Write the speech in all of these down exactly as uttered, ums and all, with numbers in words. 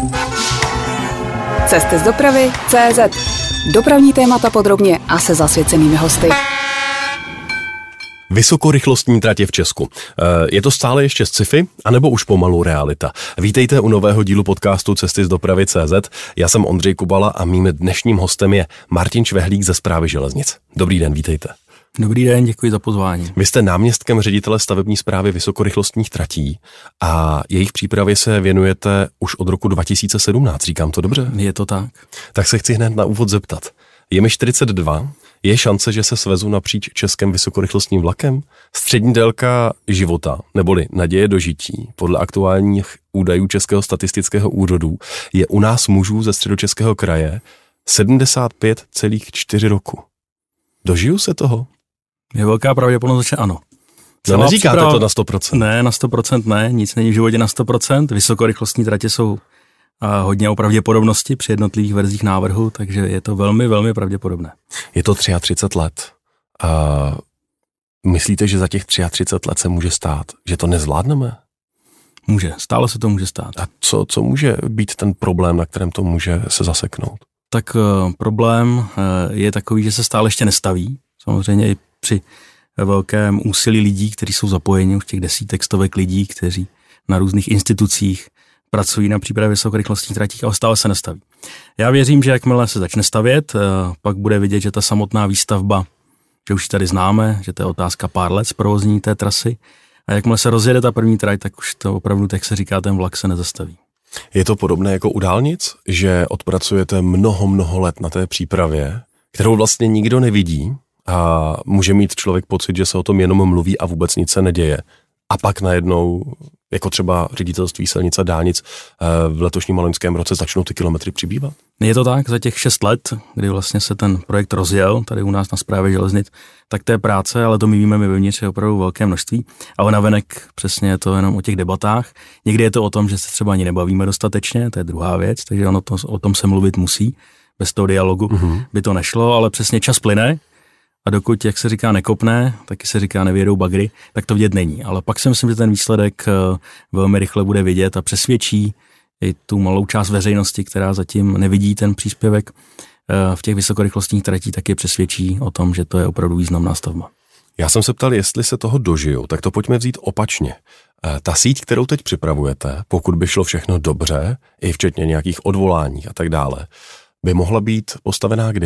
Cesty z dopravy tečka cé zet. Dopravní témata podrobně a se zasvěcenými hosty. Vysokorychlostní tratě v Česku. Je to stále ještě sci-fi, anebo už pomalu realita? Vítejte u nového dílu podcastu Cesty z dopravy tečka cé zet. Já jsem Ondřej Kubala a mým dnešním hostem je Martin Švehlík ze Správy železnic. Dobrý den, vítejte. Dobrý den, děkuji za pozvání. Vy jste náměstkem ředitele stavební správy vysokorychlostních tratí a jejich přípravě se věnujete už od roku dva tisíce sedmnáct, říkám to dobře? Je to tak. Tak se chci hned na úvod zeptat. Je mi čtyřicet dva, je šance, že se svezu napříč Českem vysokorychlostním vlakem? Střední délka života, neboli naděje dožití, podle aktuálních údajů Českého statistického úřadu, je u nás mužů ze Středočeského kraje sedmdesát pět celá čtyři roku. Dožiju se toho? Je velká pravděpodobnost, že ano. No neříkáte příprava... to na sto procent. Ne, na sto procent ne, nic není v životě na sto procent. Vysokorychlostní tratě jsou a hodně o pravděpodobnosti při jednotlivých verzích návrhu, takže je to velmi, velmi pravděpodobné. Je to třicet tři let. A myslíte, že za těch třicet tři let se může stát, že to nezvládneme? Může, stále se to může stát. A co, co může být ten problém, na kterém to může se zaseknout? Tak uh, problém uh, je takový, že se stále ještě nestaví. Samozřejmě i při velkém úsilí lidí, kteří jsou zapojeni, už těch desítek, stovek lidí, kteří na různých institucích pracují na přípravě vysokorychlostních tratí, ale stále se nestaví. Já věřím, že jakmile se začne stavět, uh, pak bude vidět, že ta samotná výstavba, že už ji tady známe, že to je otázka pár let zprovoznění té trasy. A jakmile se rozjede ta první trať, tak už to opravdu, tak se říká, ten vlak se nezastaví. Je to podobné jako u dálnic, že odpracujete mnoho, mnoho let na té přípravě, kterou vlastně nikdo nevidí a může mít člověk pocit, že se o tom jenom mluví a vůbec nic se neděje. A pak najednou, jako třeba ředitelství silnic a dálnic, v letošním a loňském roce začnou ty kilometry přibývat? Je to tak, za těch šest let, kdy vlastně se ten projekt rozjel, tady u nás na Správě železnic, tak té práce, ale to my víme my vevnitř, je opravdu velké množství. Ale navenek přesně je to jenom o těch debatách. Někdy je to o tom, že se třeba ani nebavíme dostatečně, to je druhá věc, takže ono to, o tom se mluvit musí. Bez toho dialogu mm-hmm. by to nešlo, ale přesně čas plyne. A dokud, jak se říká, nekopne, taky se říká nevědou bagry, tak to vidět není. Ale pak si myslím, že ten výsledek velmi rychle bude vidět a přesvědčí i tu malou část veřejnosti, která zatím nevidí ten příspěvek v těch vysokorychlostních tratí, taky přesvědčí o tom, že to je opravdu významná stavba. Já jsem se ptal, jestli se toho dožiju, tak to pojďme vzít opačně. Ta síť, kterou teď připravujete, pokud by šlo všechno dobře, i včetně nějakých odvolání a tak dále, by mohla být postavená kdy?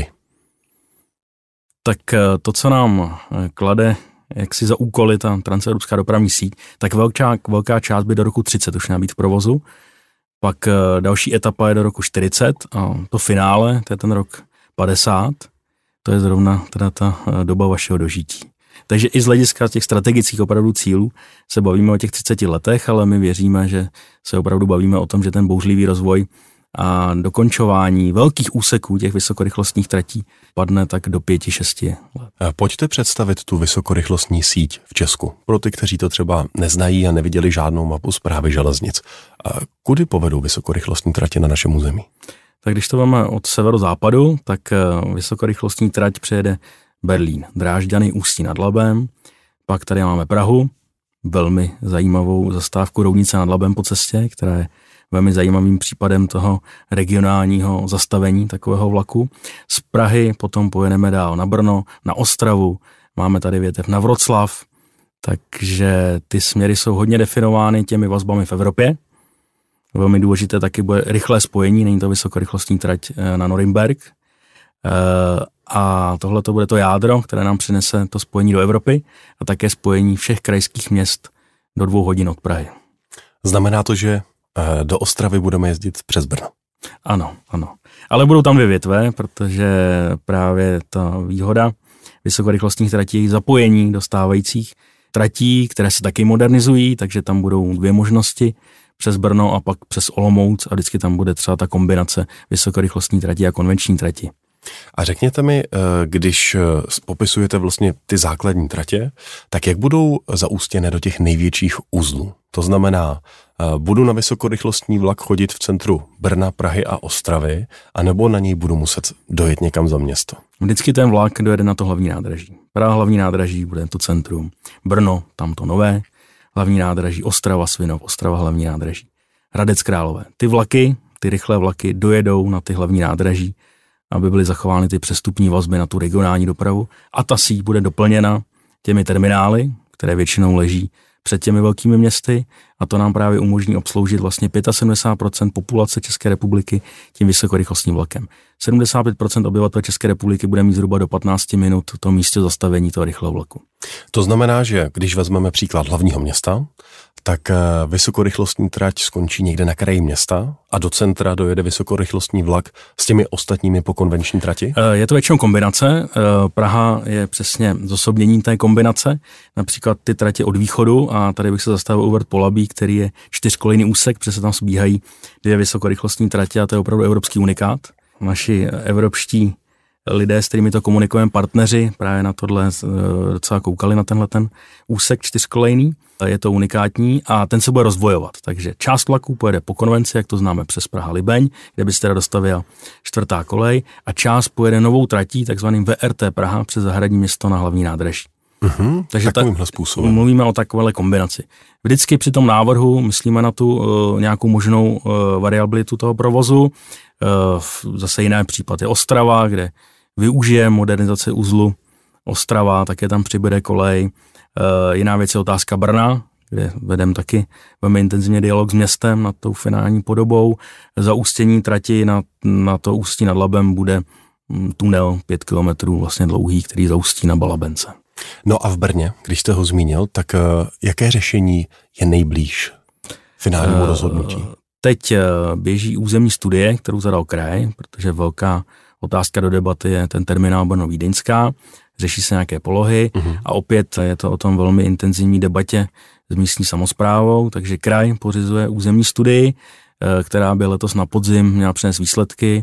Tak to, co nám klade jaksi za úkoly ta transevropská dopravní síť, tak velká, velká část by do roku třicet už měla být v provozu. Pak další etapa je do roku čtyřicet a to finále, to je ten rok padesát, to je zrovna teda ta doba vašeho dožití. Takže i z hlediska těch strategických opravdu cílů se bavíme o těch třiceti letech, ale my věříme, že se opravdu bavíme o tom, že ten bouřlivý rozvoj a dokončování velkých úseků těch vysokorychlostních tratí padne tak do pěti, šesti let. Pojďte představit tu vysokorychlostní síť v Česku. Pro ty, kteří to třeba neznají a neviděli žádnou mapu Správy železnic. A kudy povedou vysokorychlostní tratě na našem území? Tak když to máme od severozápadu, tak vysokorychlostní trať přejede Berlín, Drážďany, Ústí nad Labem, pak tady máme Prahu, velmi zajímavou zastávku Roudnice nad Labem po cestě, která je velmi zajímavým případem toho regionálního zastavení takového vlaku. Z Prahy potom pojedeme dál na Brno, na Ostravu, máme tady větev na Vroclav, takže ty směry jsou hodně definovány těmi vazbami v Evropě. Velmi důležité taky bude rychlé spojení, není to vysokorychlostní trať na Norimberk. A tohle to bude to jádro, které nám přinese to spojení do Evropy a také spojení všech krajských měst do dvou hodin od Prahy. Znamená to, že do Ostravy budeme jezdit přes Brno? Ano, ano. Ale budou tam dvě větve, protože právě ta výhoda vysokorychlostních tratí je zapojení do stávajících tratí, které se taky modernizují, takže tam budou dvě možnosti přes Brno a pak přes Olomouc a vždycky tam bude třeba ta kombinace vysokorychlostní trati a konvenční trati. A řekněte mi, když popisujete vlastně ty základní tratě, tak jak budou zaústěné do těch největších uzlů? To znamená, budu na vysokorychlostní vlak chodit v centru Brna, Prahy a Ostravy, anebo na něj budu muset dojet někam za město? Vždycky ten vlak dojede na to hlavní nádraží. Praha hlavní nádraží, bude to centrum. Brno, tam to nové, hlavní nádraží, Ostrava, Svinov, Ostrava hlavní nádraží. Hradec Králové. Ty vlaky, ty rychlé vlaky dojedou na ty hlavní nádraží, aby byly zachovány ty přestupní vazby na tu regionální dopravu. A ta síť bude doplněna těmi terminály, které většinou leží před těmi velkými městy, a to nám právě umožní obsloužit vlastně sedmdesát pět procent populace České republiky tím vysokorychlostním vlakem. sedmdesát pět procent obyvatel České republiky bude mít zhruba do patnáct minut to místo zastavení toho rychlého vlaku. To znamená, že když vezmeme příklad hlavního města, tak vysokorychlostní trať skončí někde na kraji města a do centra dojede vysokorychlostní vlak s těmi ostatními po konvenční trati? Je to většinou kombinace. Praha je přesně zosobněním té kombinace. Například ty tratě od východu, a tady bych se zastavil u Vrt Polabí, který je čtyřkolejný úsek, protože se tam sbíhají dvě vysokorychlostní tratě a to je opravdu evropský unikát. Naši evropští lidé, s kterými to komunikujeme, partneři, právě na tohle docela koukali na tenhle ten úsek čtyřkolejný. Je to unikátní a ten se bude rozvojovat. Takže část vlaků pojede po konvenci, jak to známe přes Praha-Libeň, kde by se teda dostavila čtvrtá kolej, a část pojede novou tratí, takzvaným V R T Praha, přes zahradní město na hlavní nádraží. Uhum, Takže takovýmhle způsobem. Mluvíme o takovéhle kombinaci. Vždycky při tom návrhu myslíme na tu uh, nějakou možnou uh, variabilitu toho provozu. Uh, zase jiný případ je Ostrava, kde využije modernizace uzlu Ostrava, také tam přibude kolej. Uh, jiná věc je otázka Brna, kde vedeme taky velmi intenzivně dialog s městem nad tou finální podobou. Za ústění trati na, na to Ústí nad Labem bude tunel pět kilometrů vlastně dlouhý, který zaústí na Balabence. No a v Brně, když jste ho zmínil, tak uh, jaké řešení je nejblíž finálnímu uh, rozhodnutí? Teď uh, běží územní studie, kterou zadal kraj, protože velká otázka do debaty je ten terminál Brno-Vídeňská, řeší se nějaké polohy uh-huh. a opět je to o tom velmi intenzivní debatě s místní samosprávou, takže kraj pořizuje územní studii, uh, která by letos na podzim měla přinést výsledky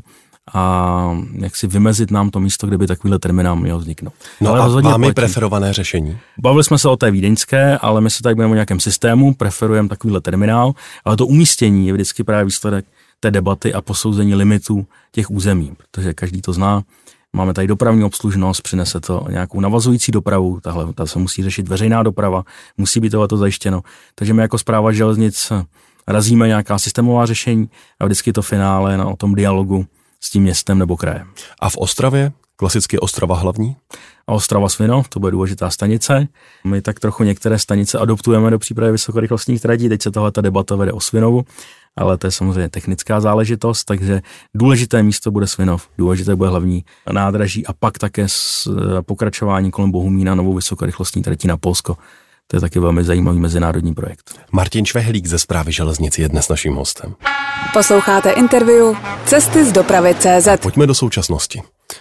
a jak si vymezit nám to místo, kde by takovýhle terminál měl vzniknout. No ale a máme preferované řešení? Bavili jsme se o té vídeňské, ale my se tady budeme o nějakém systému, preferujeme takovýhle terminál, ale to umístění je vždycky právě výsledek té debaty a posouzení limitů těch území, protože každý to zná. Máme tady dopravní obslužnost, přinese to nějakou navazující dopravu, tahle ta se musí řešit veřejná doprava, musí být tohleto zajištěno. Takže my jako Správa železnic razíme nějaká systémová řešení a vždycky to finále na o tom dialogu s tím městem nebo krajem. A v Ostravě? Klasicky Ostrava hlavní? A Ostrava Svinov, to bude důležitá stanice. My tak trochu některé stanice adoptujeme do přípravy vysokorychlostních tratí, teď se tohleta debata vede o Svinovu, ale to je samozřejmě technická záležitost, takže důležité místo bude Svinov, důležité bude hlavní nádraží a pak také s pokračování kolem Bohumína novou vysokorychlostní tratí na Polsko. To je taky velmi zajímavý mezinárodní projekt. Martin Švehlík ze Správy železnic je dnes naším hostem. Posloucháte interview Cesty z dopravy tečka cé zet. Pojďme do současnosti.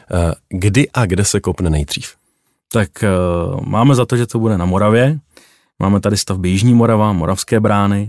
Kdy a kde se kopne nejdřív? Tak máme za to, že to bude na Moravě. Máme tady stavby Jižní Morava, Moravské brány.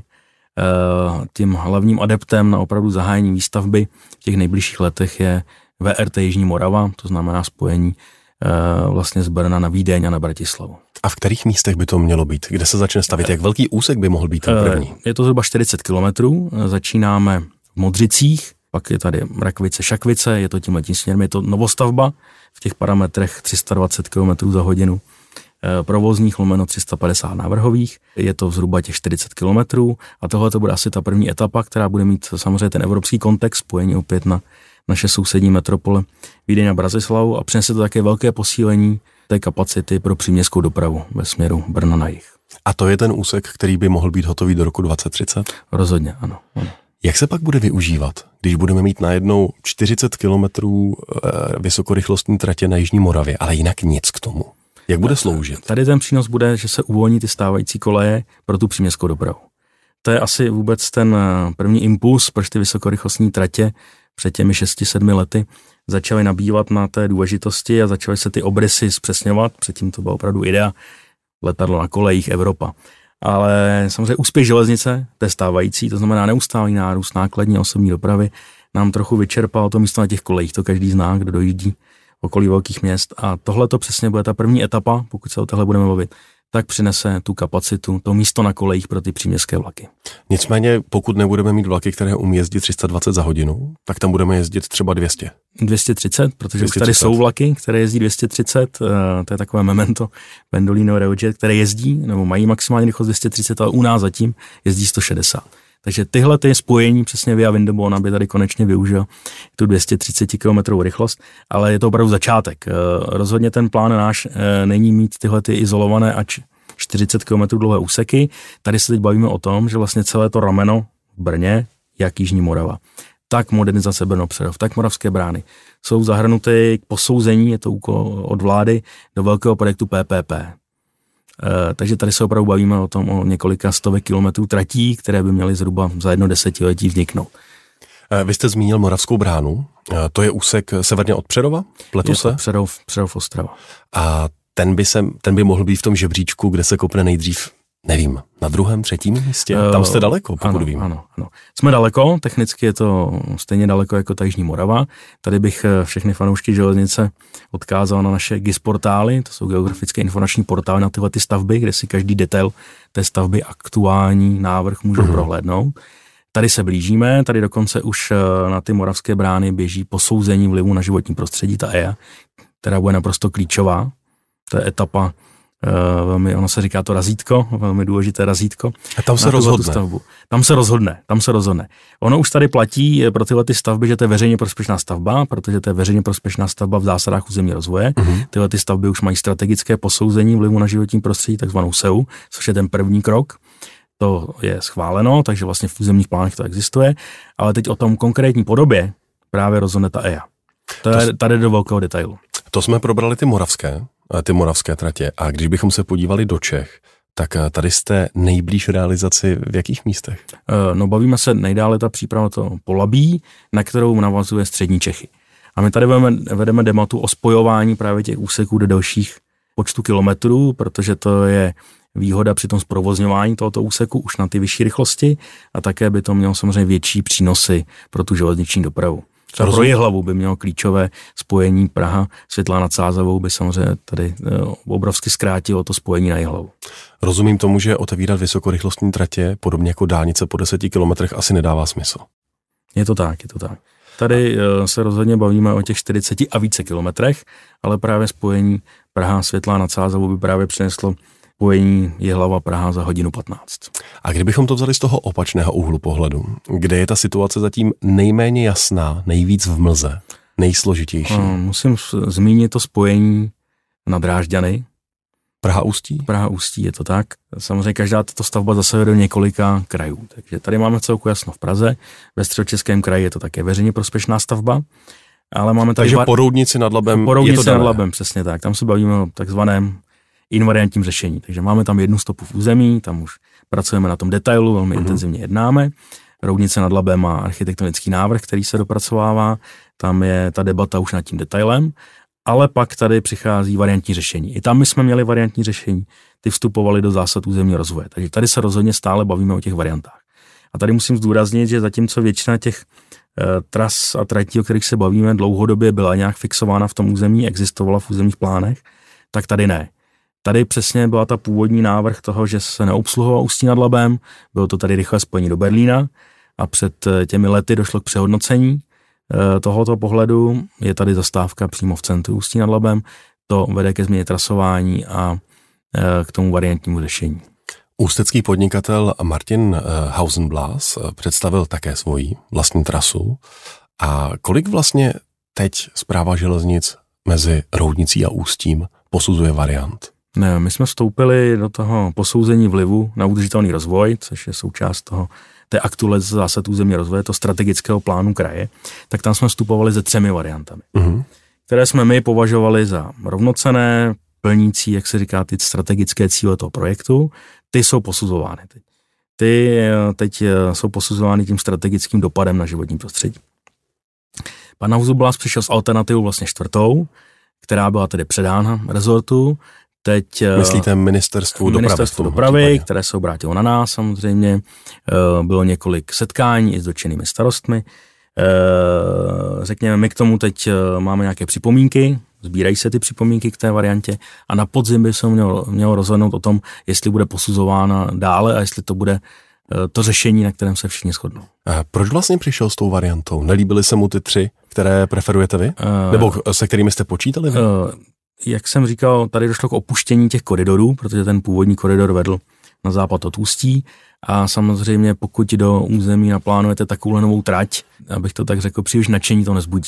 Tím hlavním adeptem na opravdu zahájení výstavby v těch nejbližších letech je V R T Jižní Morava, to znamená spojení vlastně z Brna na Vídeň a na Bratislavu. A v kterých místech by to mělo být? Kde se začne stavět? Jak velký úsek by mohl být ten první? Je to zhruba čtyřicet kilometrů. Začínáme v Modřicích, pak je tady Rakvice, Šakvice, je to tímhletím směrem, je to novostavba v těch parametrech tři sta dvacet kilometrů za hodinu provozních lomeno tři sta padesát návrhových. Je to zhruba těch čtyřicet kilometrů a tohle to bude asi ta první etapa, která bude mít samozřejmě ten evropský kontext, spojení opět na naše sousední metropole Vídeň a Bratislavu a přinese to také velké posílení té kapacity pro příměstskou dopravu ve směru Brna na jih. A to je ten úsek, který by mohl být hotový do roku dvacet třicet? Rozhodně, ano. ano. Jak se pak bude využívat, když budeme mít najednou čtyřicet kilometrů vysokorychlostní tratě na Jižní Moravě, ale jinak nic k tomu? Jak bude sloužit? Tady ten přínos bude, že se uvolní ty stávající koleje pro tu příměstskou dopravu. To je asi vůbec ten první impuls, proč ty vysokorychlostní tratě před těmi šesti sedmi lety začaly nabývat na té důležitosti a začaly se ty obrysy zpřesňovat. Předtím to byla opravdu idea, letadlo na kolejích, Evropa. Ale samozřejmě úspěch železnice, té stávající, to znamená neustálý nárůst nákladní a osobní dopravy, nám trochu vyčerpalo to místo na těch kolejích. To každý zná, kdo dojíždí okolí velkých měst. A tohle to přesně bude ta první etapa, pokud se o tohle budeme bavit, tak přinese tu kapacitu, to místo na kolejích pro ty příměstské vlaky. Nicméně, pokud nebudeme mít vlaky, které umí jezdit tři sta dvacet za hodinu, tak tam budeme jezdit třeba dvě stě. dvě stě třicet, protože dvě stě třicet. Tady jsou vlaky, které jezdí dvě stě třicet, to je takové memento Pendolino Reojet, které jezdí, nebo mají maximální rychlost dvě stě třicet, ale u nás zatím jezdí sto šedesát. Takže tyhle ty spojení přesně via Vindobon, aby tady konečně využil tu dvě stě třicet kilometrů rychlost, ale je to opravdu začátek. Rozhodně ten plán náš není mít tyhle ty izolované až čtyřicet kilometrů dlouhé úseky. Tady se teď bavíme o tom, že vlastně celé to rameno v Brně, jak Jižní Morava, tak modernizace Brno-Přerov, tak Moravské brány, jsou zahrnuty k posouzení, je to úkol od vlády, do velkého projektu P P P. E, takže tady se opravdu bavíme o tom o několika stovek kilometrů tratí, které by měly zhruba za jedno desetiletí vzniknout. E, vy jste zmínil Moravskou bránu, e, to je úsek severně od Přerova? Pletu je se? to Přerov, Přerov Ostrava. A ten by, se, ten by mohl být v tom žebříčku, kde se kopne nejdřív, nevím, na druhém, třetím místě? Tam jste daleko, pokud ano, vím. Ano, ano. Jsme daleko, technicky je to stejně daleko jako ta Jižní Morava. Tady bych všechny fanoušky železnice odkázal na naše G I S portály, to jsou geografické informační portály na tyhle ty stavby, kde si každý detail té stavby, aktuální návrh můžou uh-huh. prohlédnout. Tady se blížíme, tady dokonce už na ty Moravské brány běží posouzení vlivu na životní prostředí, ta E I A, která bude naprosto klíčová. To je etapa, uh, velmi, ono se říká to razítko, velmi důležité razítko. A tam se rozhodne. Tam se rozhodne, tam se rozhodne. Ono už tady platí pro tyhle ty stavby, že to je veřejně prospěšná stavba, protože to je veřejně prospěšná stavba v zásadách územní rozvoje. Uh-huh. Tyhle ty stavby už mají strategické posouzení vlivu na životní prostředí, takzvanou S E U, což je ten první krok. To je schváleno, takže vlastně v územních plánech to existuje, ale teď o tom konkrétní podobě právě rozhodne ta E I A. To je tady do velkého detailu. To jsme probrali ty moravské, ty moravské tratě, a když bychom se podívali do Čech, tak tady jste nejblíž realizaci v jakých místech? No bavíme se nejdále ta příprava to Polabí, na kterou navazuje střední Čechy. A my tady vedeme, vedeme debatu o spojování právě těch úseků do dalších počtu kilometrů, protože to je výhoda při tom zprovozňování tohoto úseku už na ty vyšší rychlosti a také by to mělo samozřejmě větší přínosy pro tu železniční dopravu. Třeba pro Jihlavu by mělo klíčové spojení Praha, Světlá nad Sázavou by samozřejmě tady obrovsky zkrátilo to spojení na Jihlavu. Rozumím tomu, že otevírat vysokorychlostní tratě, podobně jako dálnice po deseti kilometrech, asi nedává smysl. Je to tak, je to tak. Tady se rozhodně bavíme o těch čtyřiceti a více kilometrech, ale právě spojení Praha, Světlá nad Sázavou by právě přineslo spojení Jihlava Praha za hodinu patnáct. A kdybychom to vzali z toho opačného úhlu pohledu, kde je ta situace zatím nejméně jasná, nejvíc v mlze, nejsložitější? No, musím zmínit to spojení na Drážďany. Praha Ústí? Praha Ústí, je to tak. Samozřejmě každá tato stavba zasahuje do několika krajů. Takže tady máme celku jasno v Praze, ve Středočeském kraji je to také veřejně prospěšná stavba. Ale máme tady Takže var... po Roudnici nad Labem po Roudnici je to nad Labem, přesně tak. Tam se bavíme o takzvaném invariantním řešení. Takže máme tam jednu stopu v území, tam už pracujeme na tom detailu, velmi uh-huh. intenzivně jednáme. Roudnice nad Labem má architektonický návrh, který se dopracovává, tam je ta debata už nad tím detailem, ale pak tady přichází variantní řešení. I tam my jsme měli variantní řešení, ty vstupovaly do zásad územního rozvoje, takže tady se rozhodně stále bavíme o těch variantách. A tady musím zdůraznit, že zatímco většina těch e, tras a tratí, o kterých se bavíme, dlouhodobě byla nějak fixována v tom území, existovala v územních plánech, tak tady ne. Tady přesně byla ta původní návrh toho, že se neobsluhoval Ústí nad Labem, bylo to tady rychlé spojení do Berlína a před těmi lety došlo k přehodnocení tohoto pohledu. Je tady zastávka přímo v centru Ústí nad Labem, to vede ke změně trasování a k tomu variantnímu řešení. Ústecký podnikatel Martin Hausenblas představil také svoji vlastní trasu. A kolik vlastně teď Správa železnic mezi Roudnicí a Ústím posuzuje variant? Ne, my jsme vstoupili do toho posouzení vlivu na udržitelný rozvoj, což je součást toho, té aktualizace zásad územního rozvoje, to strategického plánu kraje, tak tam jsme vstupovali se třemi variantami, uh-huh. které jsme my považovali za rovnocenné, plnící, jak se říká, ty strategické cíle toho projektu, ty jsou posuzovány teď. Ty teď jsou posuzovány tím strategickým dopadem na životní prostředí. Pan Hausenblas přišel s alternativou vlastně čtvrtou, která byla tedy předána rezortu. Teď myslíte ministerstvu dopravy, ministerstvu dopravy, které se obrátilo na nás samozřejmě. Bylo několik setkání i s dotčenými starostmi. Řekněme, my k tomu teď máme nějaké připomínky, sbírají se ty připomínky k té variantě a na podzim by se mělo, mělo rozhodnout o tom, jestli bude posuzována dále a jestli to bude to řešení, na kterém se všichni shodnou. A proč vlastně přišel s tou variantou? Nelíbily se mu ty tři, které preferujete vy? Uh, Nebo se kterými jste počítali vy? Uh, jak jsem říkal, tady došlo k opuštění těch koridorů, protože ten původní koridor vedl na západ od Ústí. A samozřejmě pokud do území naplánujete takovou novou trať, abych to tak řekl, příliš nadšení to nezbudí.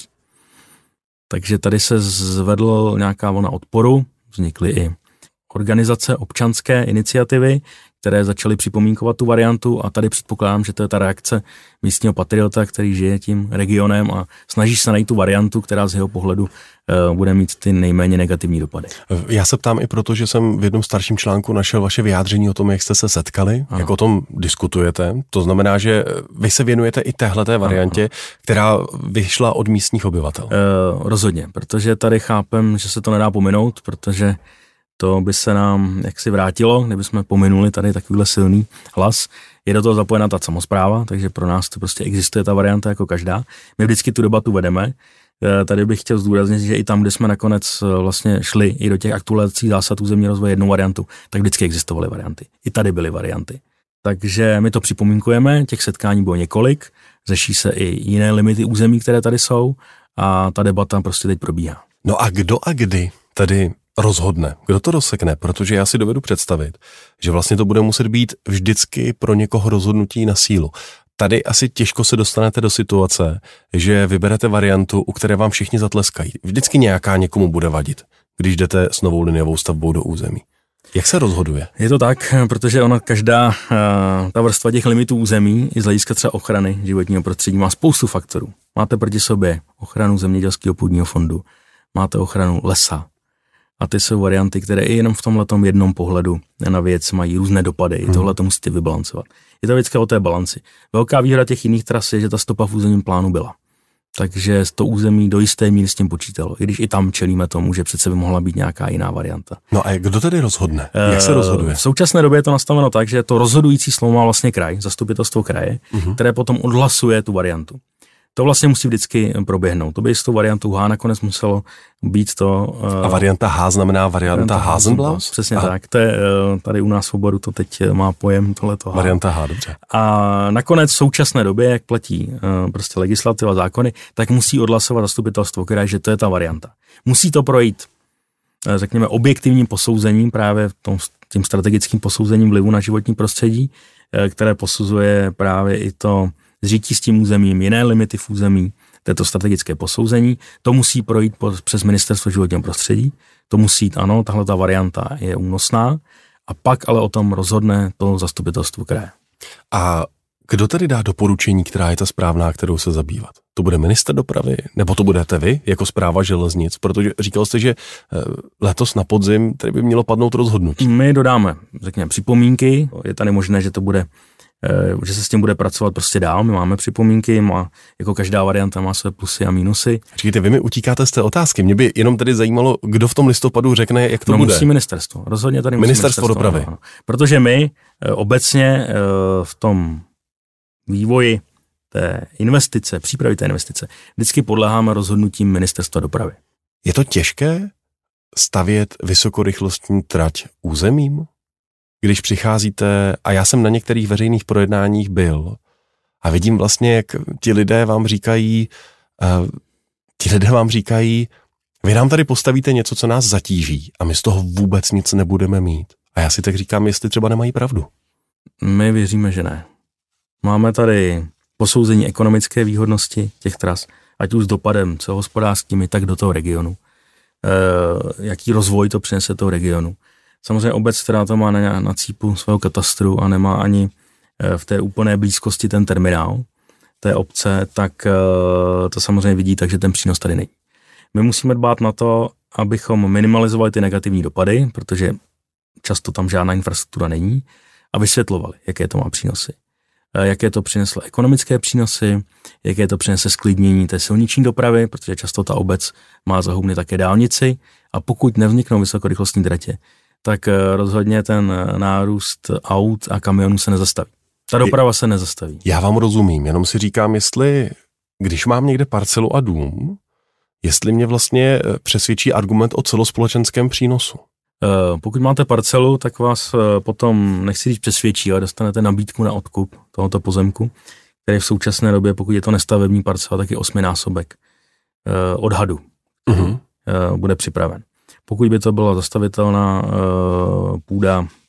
Takže tady se zvedl nějaká vlna odporu, vznikly i organizace, občanské iniciativy, které začaly připomínkovat tu variantu a tady předpokládám, že to je ta reakce místního patriota, který žije tím regionem a snaží se najít tu variantu, která z jeho pohledu uh, bude mít ty nejméně negativní dopady. Já se ptám i proto, že jsem v jednom starším článku našel vaše vyjádření o tom, jak jste se setkali, ano. Jak o tom diskutujete. To znamená, že vy se věnujete i téhleté variantě, ano. která vyšla od místních obyvatel. Uh, rozhodně, protože tady chápem, že se to nedá pominout, protože to by se nám jaksi vrátilo, kdyby jsme pominuli tady takovýhle silný hlas. Je do toho zapojena ta samospráva, takže pro nás to prostě existuje ta varianta jako každá. My vždycky tu debatu vedeme. Tady bych chtěl zdůraznit, že i tam, kde jsme nakonec vlastně šli i do těch aktualizací zásad územní rozvoje jednu variantu, tak vždycky existovaly varianty. I tady byly varianty. Takže my to připomínkujeme, těch setkání bylo několik, řeší se i jiné limity území, které tady jsou a ta debata prostě teď probíhá. No a kdo a kdy tady rozhodne, kdo to rozsekne, protože já si dovedu představit, že vlastně to bude muset být vždycky pro někoho rozhodnutí na sílu. Tady asi těžko se dostanete do situace, že vyberete variantu, u které vám všichni zatleskají. Vždycky nějaká někomu bude vadit, když jdete s novou liniovou stavbou do území. Jak se rozhoduje? Je to tak, protože ona každá ta vrstva těch limitů území i z hlediska třeba ochrany životního prostředí má spoustu faktorů. Máte proti sobě ochranu zemědělského půdního fondu, máte ochranu lesa, a ty jsou varianty, které i jenom v tomhletom jednom pohledu na věc mají různé dopady. I tohle to musíte vybalancovat. Je to vždycky o té balanci. Velká výhoda těch jiných tras je, že ta stopa v územním plánu byla. Takže to území do jisté míry s tím počítalo. I když i tam čelíme tomu, že přece by mohla být nějaká jiná varianta. No a kdo tedy rozhodne? Jak se rozhoduje? V současné době je to nastaveno tak, že to rozhodující slovo má vlastně kraj, zastupitelstvo kraje, uh-huh. které potom odhlasuje tu variantu. To vlastně musí vždycky proběhnout. To by s tou variantou H nakonec muselo být to... Uh, a varianta H znamená varianta Hasenblaus? Přesně Aha. tak. To je, uh, tady u nás v oboru to teď má pojem tohleto H. Varianta H, dobře. A nakonec v současné době, jak platí uh, prostě legislativa, zákony, tak musí odhlasovat zastupitelstvo kraje, že to je ta varianta. Musí to projít, uh, řekněme, objektivním posouzením, právě tom, tím strategickým posouzením vlivu na životní prostředí, uh, které posuzuje právě i to zžití s tím územím, jiné limity v území, této strategické posouzení, to musí projít přes Ministerstvo životního prostředí, to musí jít, ano, tahle ta varianta je únosná, a pak ale o tom rozhodne to zastupitelstvo kraje. A kdo tedy dá doporučení, která je ta správná, kterou se zabývat? To bude ministr dopravy, nebo to budete vy, jako správa železnic? Protože říkal jste, že letos na podzim tady by mělo padnout rozhodnutí. My dodáme, řekněme, připomínky, je tady možné, že to bude že se s tím bude pracovat prostě dál. My máme připomínky, má, jako každá varianta má své plusy a mínusy. Říkejte, vy mi utíkáte z té otázky. Mě by jenom tedy zajímalo, kdo v tom listopadu řekne, jak to no, bude. Musí ministerstvo. Rozhodně tady musí ministerstvo. Ministerstvo dopravy. No, protože my obecně v tom vývoji té investice, přípravy té investice, vždycky podléháme rozhodnutím ministerstva dopravy. Je to těžké stavět vysokorychlostní trať územím? Když přicházíte, a já jsem na některých veřejných projednáních byl a vidím vlastně, jak ti lidé vám říkají, uh, ti lidé vám říkají, vy nám tady postavíte něco, co nás zatíží a my z toho vůbec nic nebudeme mít. A já si tak říkám, jestli třeba nemají pravdu. My věříme, že ne. Máme tady posouzení ekonomické výhodnosti těch tras, ať už s dopadem celohospodářským, tak do toho regionu. Uh, jaký rozvoj to přinese toho regionu. Samozřejmě obec, která to má na, na cípu svého katastru a nemá ani v té úplné blízkosti ten terminál té obce, tak to samozřejmě vidí, takže ten přínos tady není. My musíme dbát na to, abychom minimalizovali ty negativní dopady, protože často tam žádná infrastruktura není, a vysvětlovali, jaké to má přínosy. Jaké to přineslo ekonomické přínosy, jaké to přinese sklidnění té silniční dopravy, protože často ta obec má za hubny také dálnici, a pokud nevzniknou vysokorychlostní tratě, tak rozhodně ten nárůst aut a kamionů se nezastaví. Ta doprava se nezastaví. Já vám rozumím, jenom si říkám, jestli, když mám někde parcelu a dům, jestli mě vlastně přesvědčí argument o celospolečenském přínosu. Pokud máte parcelu, tak vás potom, nechci říct přesvědčí, ale dostanete nabídku na odkup tohoto pozemku, který v současné době, pokud je to nestavební parcela, tak je osminásobek odhadu, uh-huh. bude připraven. Pokud by to byla zastavitelná uh, půda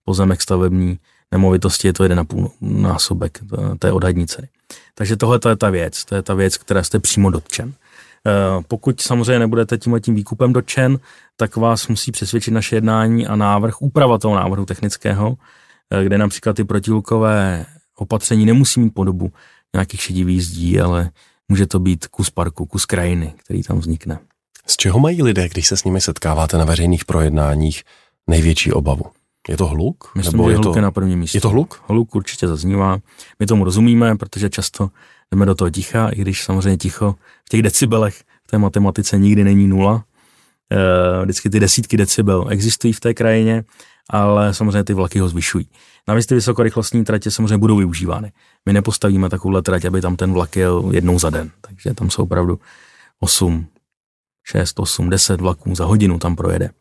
pozemek stavební nemovitosti, je to jeden a půl násobek té odhadní ceny. Takže tohle to je ta věc, to je ta věc, která jste přímo dotčen. Pokud samozřejmě nebudete tímhletím výkupem dotčen, tak vás musí přesvědčit naše jednání a návrh, úprava toho návrhu technického, kde například ty protihlukové opatření nemusí mít podobu nějakých šedivých zdí, ale může to být kus parku, kus krajiny, který tam vznikne. Z čeho mají lidé, když se s nimi setkáváte na veřejných projednáních, největší obavu? Je to hluk? Myslím, Nebo že je hluk to... je na prvním místě. Je to hluk? Hluk určitě zaznívá. My tomu rozumíme, protože často jdeme do toho ticha, i když samozřejmě ticho v těch decibelech v té matematice nikdy není nula. Vždycky ty desítky decibel existují v té krajině, ale samozřejmě ty vlaky ho zvyšují. Navíc ty vysokorychlostní tratě samozřejmě budou využívány. My nepostavíme takovouhle trať, aby tam ten vlak jel jednou za den. Takže tam jsou opravdu osm, šest, osm, deset vlaků za hodinu tam projede.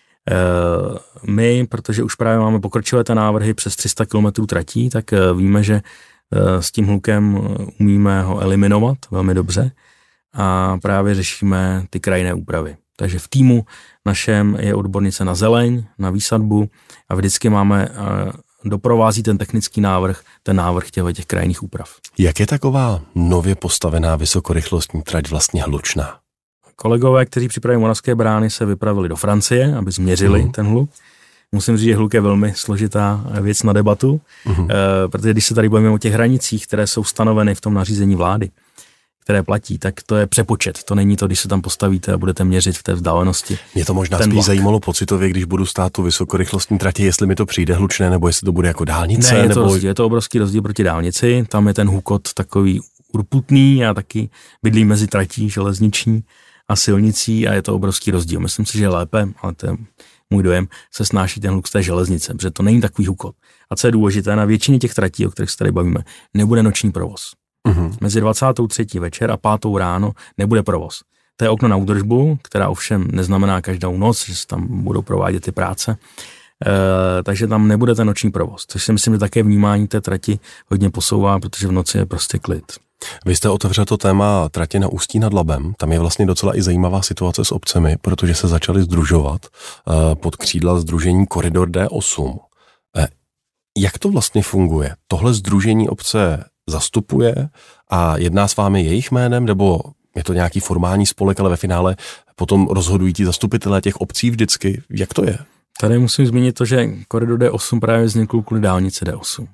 My, protože už právě máme pokročilé ty návrhy přes tři sta kilometrů tratí, tak víme, že s tím hlukem umíme ho eliminovat velmi dobře a právě řešíme ty krajinné úpravy. Takže v týmu našem je odbornice na zeleň, na výsadbu a vždycky máme, doprovází ten technický návrh, ten návrh těch, těch krajinných úprav. Jak je taková nově postavená vysokorychlostní trať vlastně hlučná? Kolegové, kteří připravují Moravské brány, se vypravili do Francie, aby změřili mm. ten hluk. Musím říct, že hluk je velmi složitá věc na debatu, mm. e, protože když se tady bavíme o těch hranicích, které jsou stanoveny v tom nařízení vlády, které platí, tak to je přepočet. To není to, když se tam postavíte a budete měřit v té vzdálenosti. Mě to možná spíš zajímalo pocitově, když budu stát tu vysokorychlostní tratě, jestli mi to přijde hlučné, nebo jestli to bude jako dálnice. Ne, je to, nebo... rozdíl, je to obrovský rozdíl proti dálnici. Tam je ten hukot takový urputný, já taky bydlím mezi tratí železniční a silnicí a je to obrovský rozdíl. Myslím si, že je lépe, ale to je můj dojem, se snáší ten hluk z té železnice, protože to není takový hukot. A co je důležité, na většině těch tratí, o kterých se tady bavíme, nebude noční provoz. Uhum. Mezi dvacátou třetí večer a pátou ráno nebude provoz. To je okno na údržbu, která ovšem neznamená každou noc, že se tam budou provádět ty práce, e, takže tam nebude ten noční provoz, což si myslím, že také vnímání té trati hodně posouvá, protože v noci je prostě klid. Vy jste otevřel to téma tratě na Ústí nad Labem, tam je vlastně docela i zajímavá situace s obcemi, protože se začaly sdružovat e, pod křídla sdružení Koridor D osm. E, jak to vlastně funguje? Tohle sdružení obce zastupuje a jedná s vámi jejich jménem, nebo je to nějaký formální spolek, ale ve finále potom rozhodují ti zastupitelé těch obcí vždycky? Jak to je? Tady musím zmínit to, že koridor D osm právě vznikl kvůli dálnice D osm.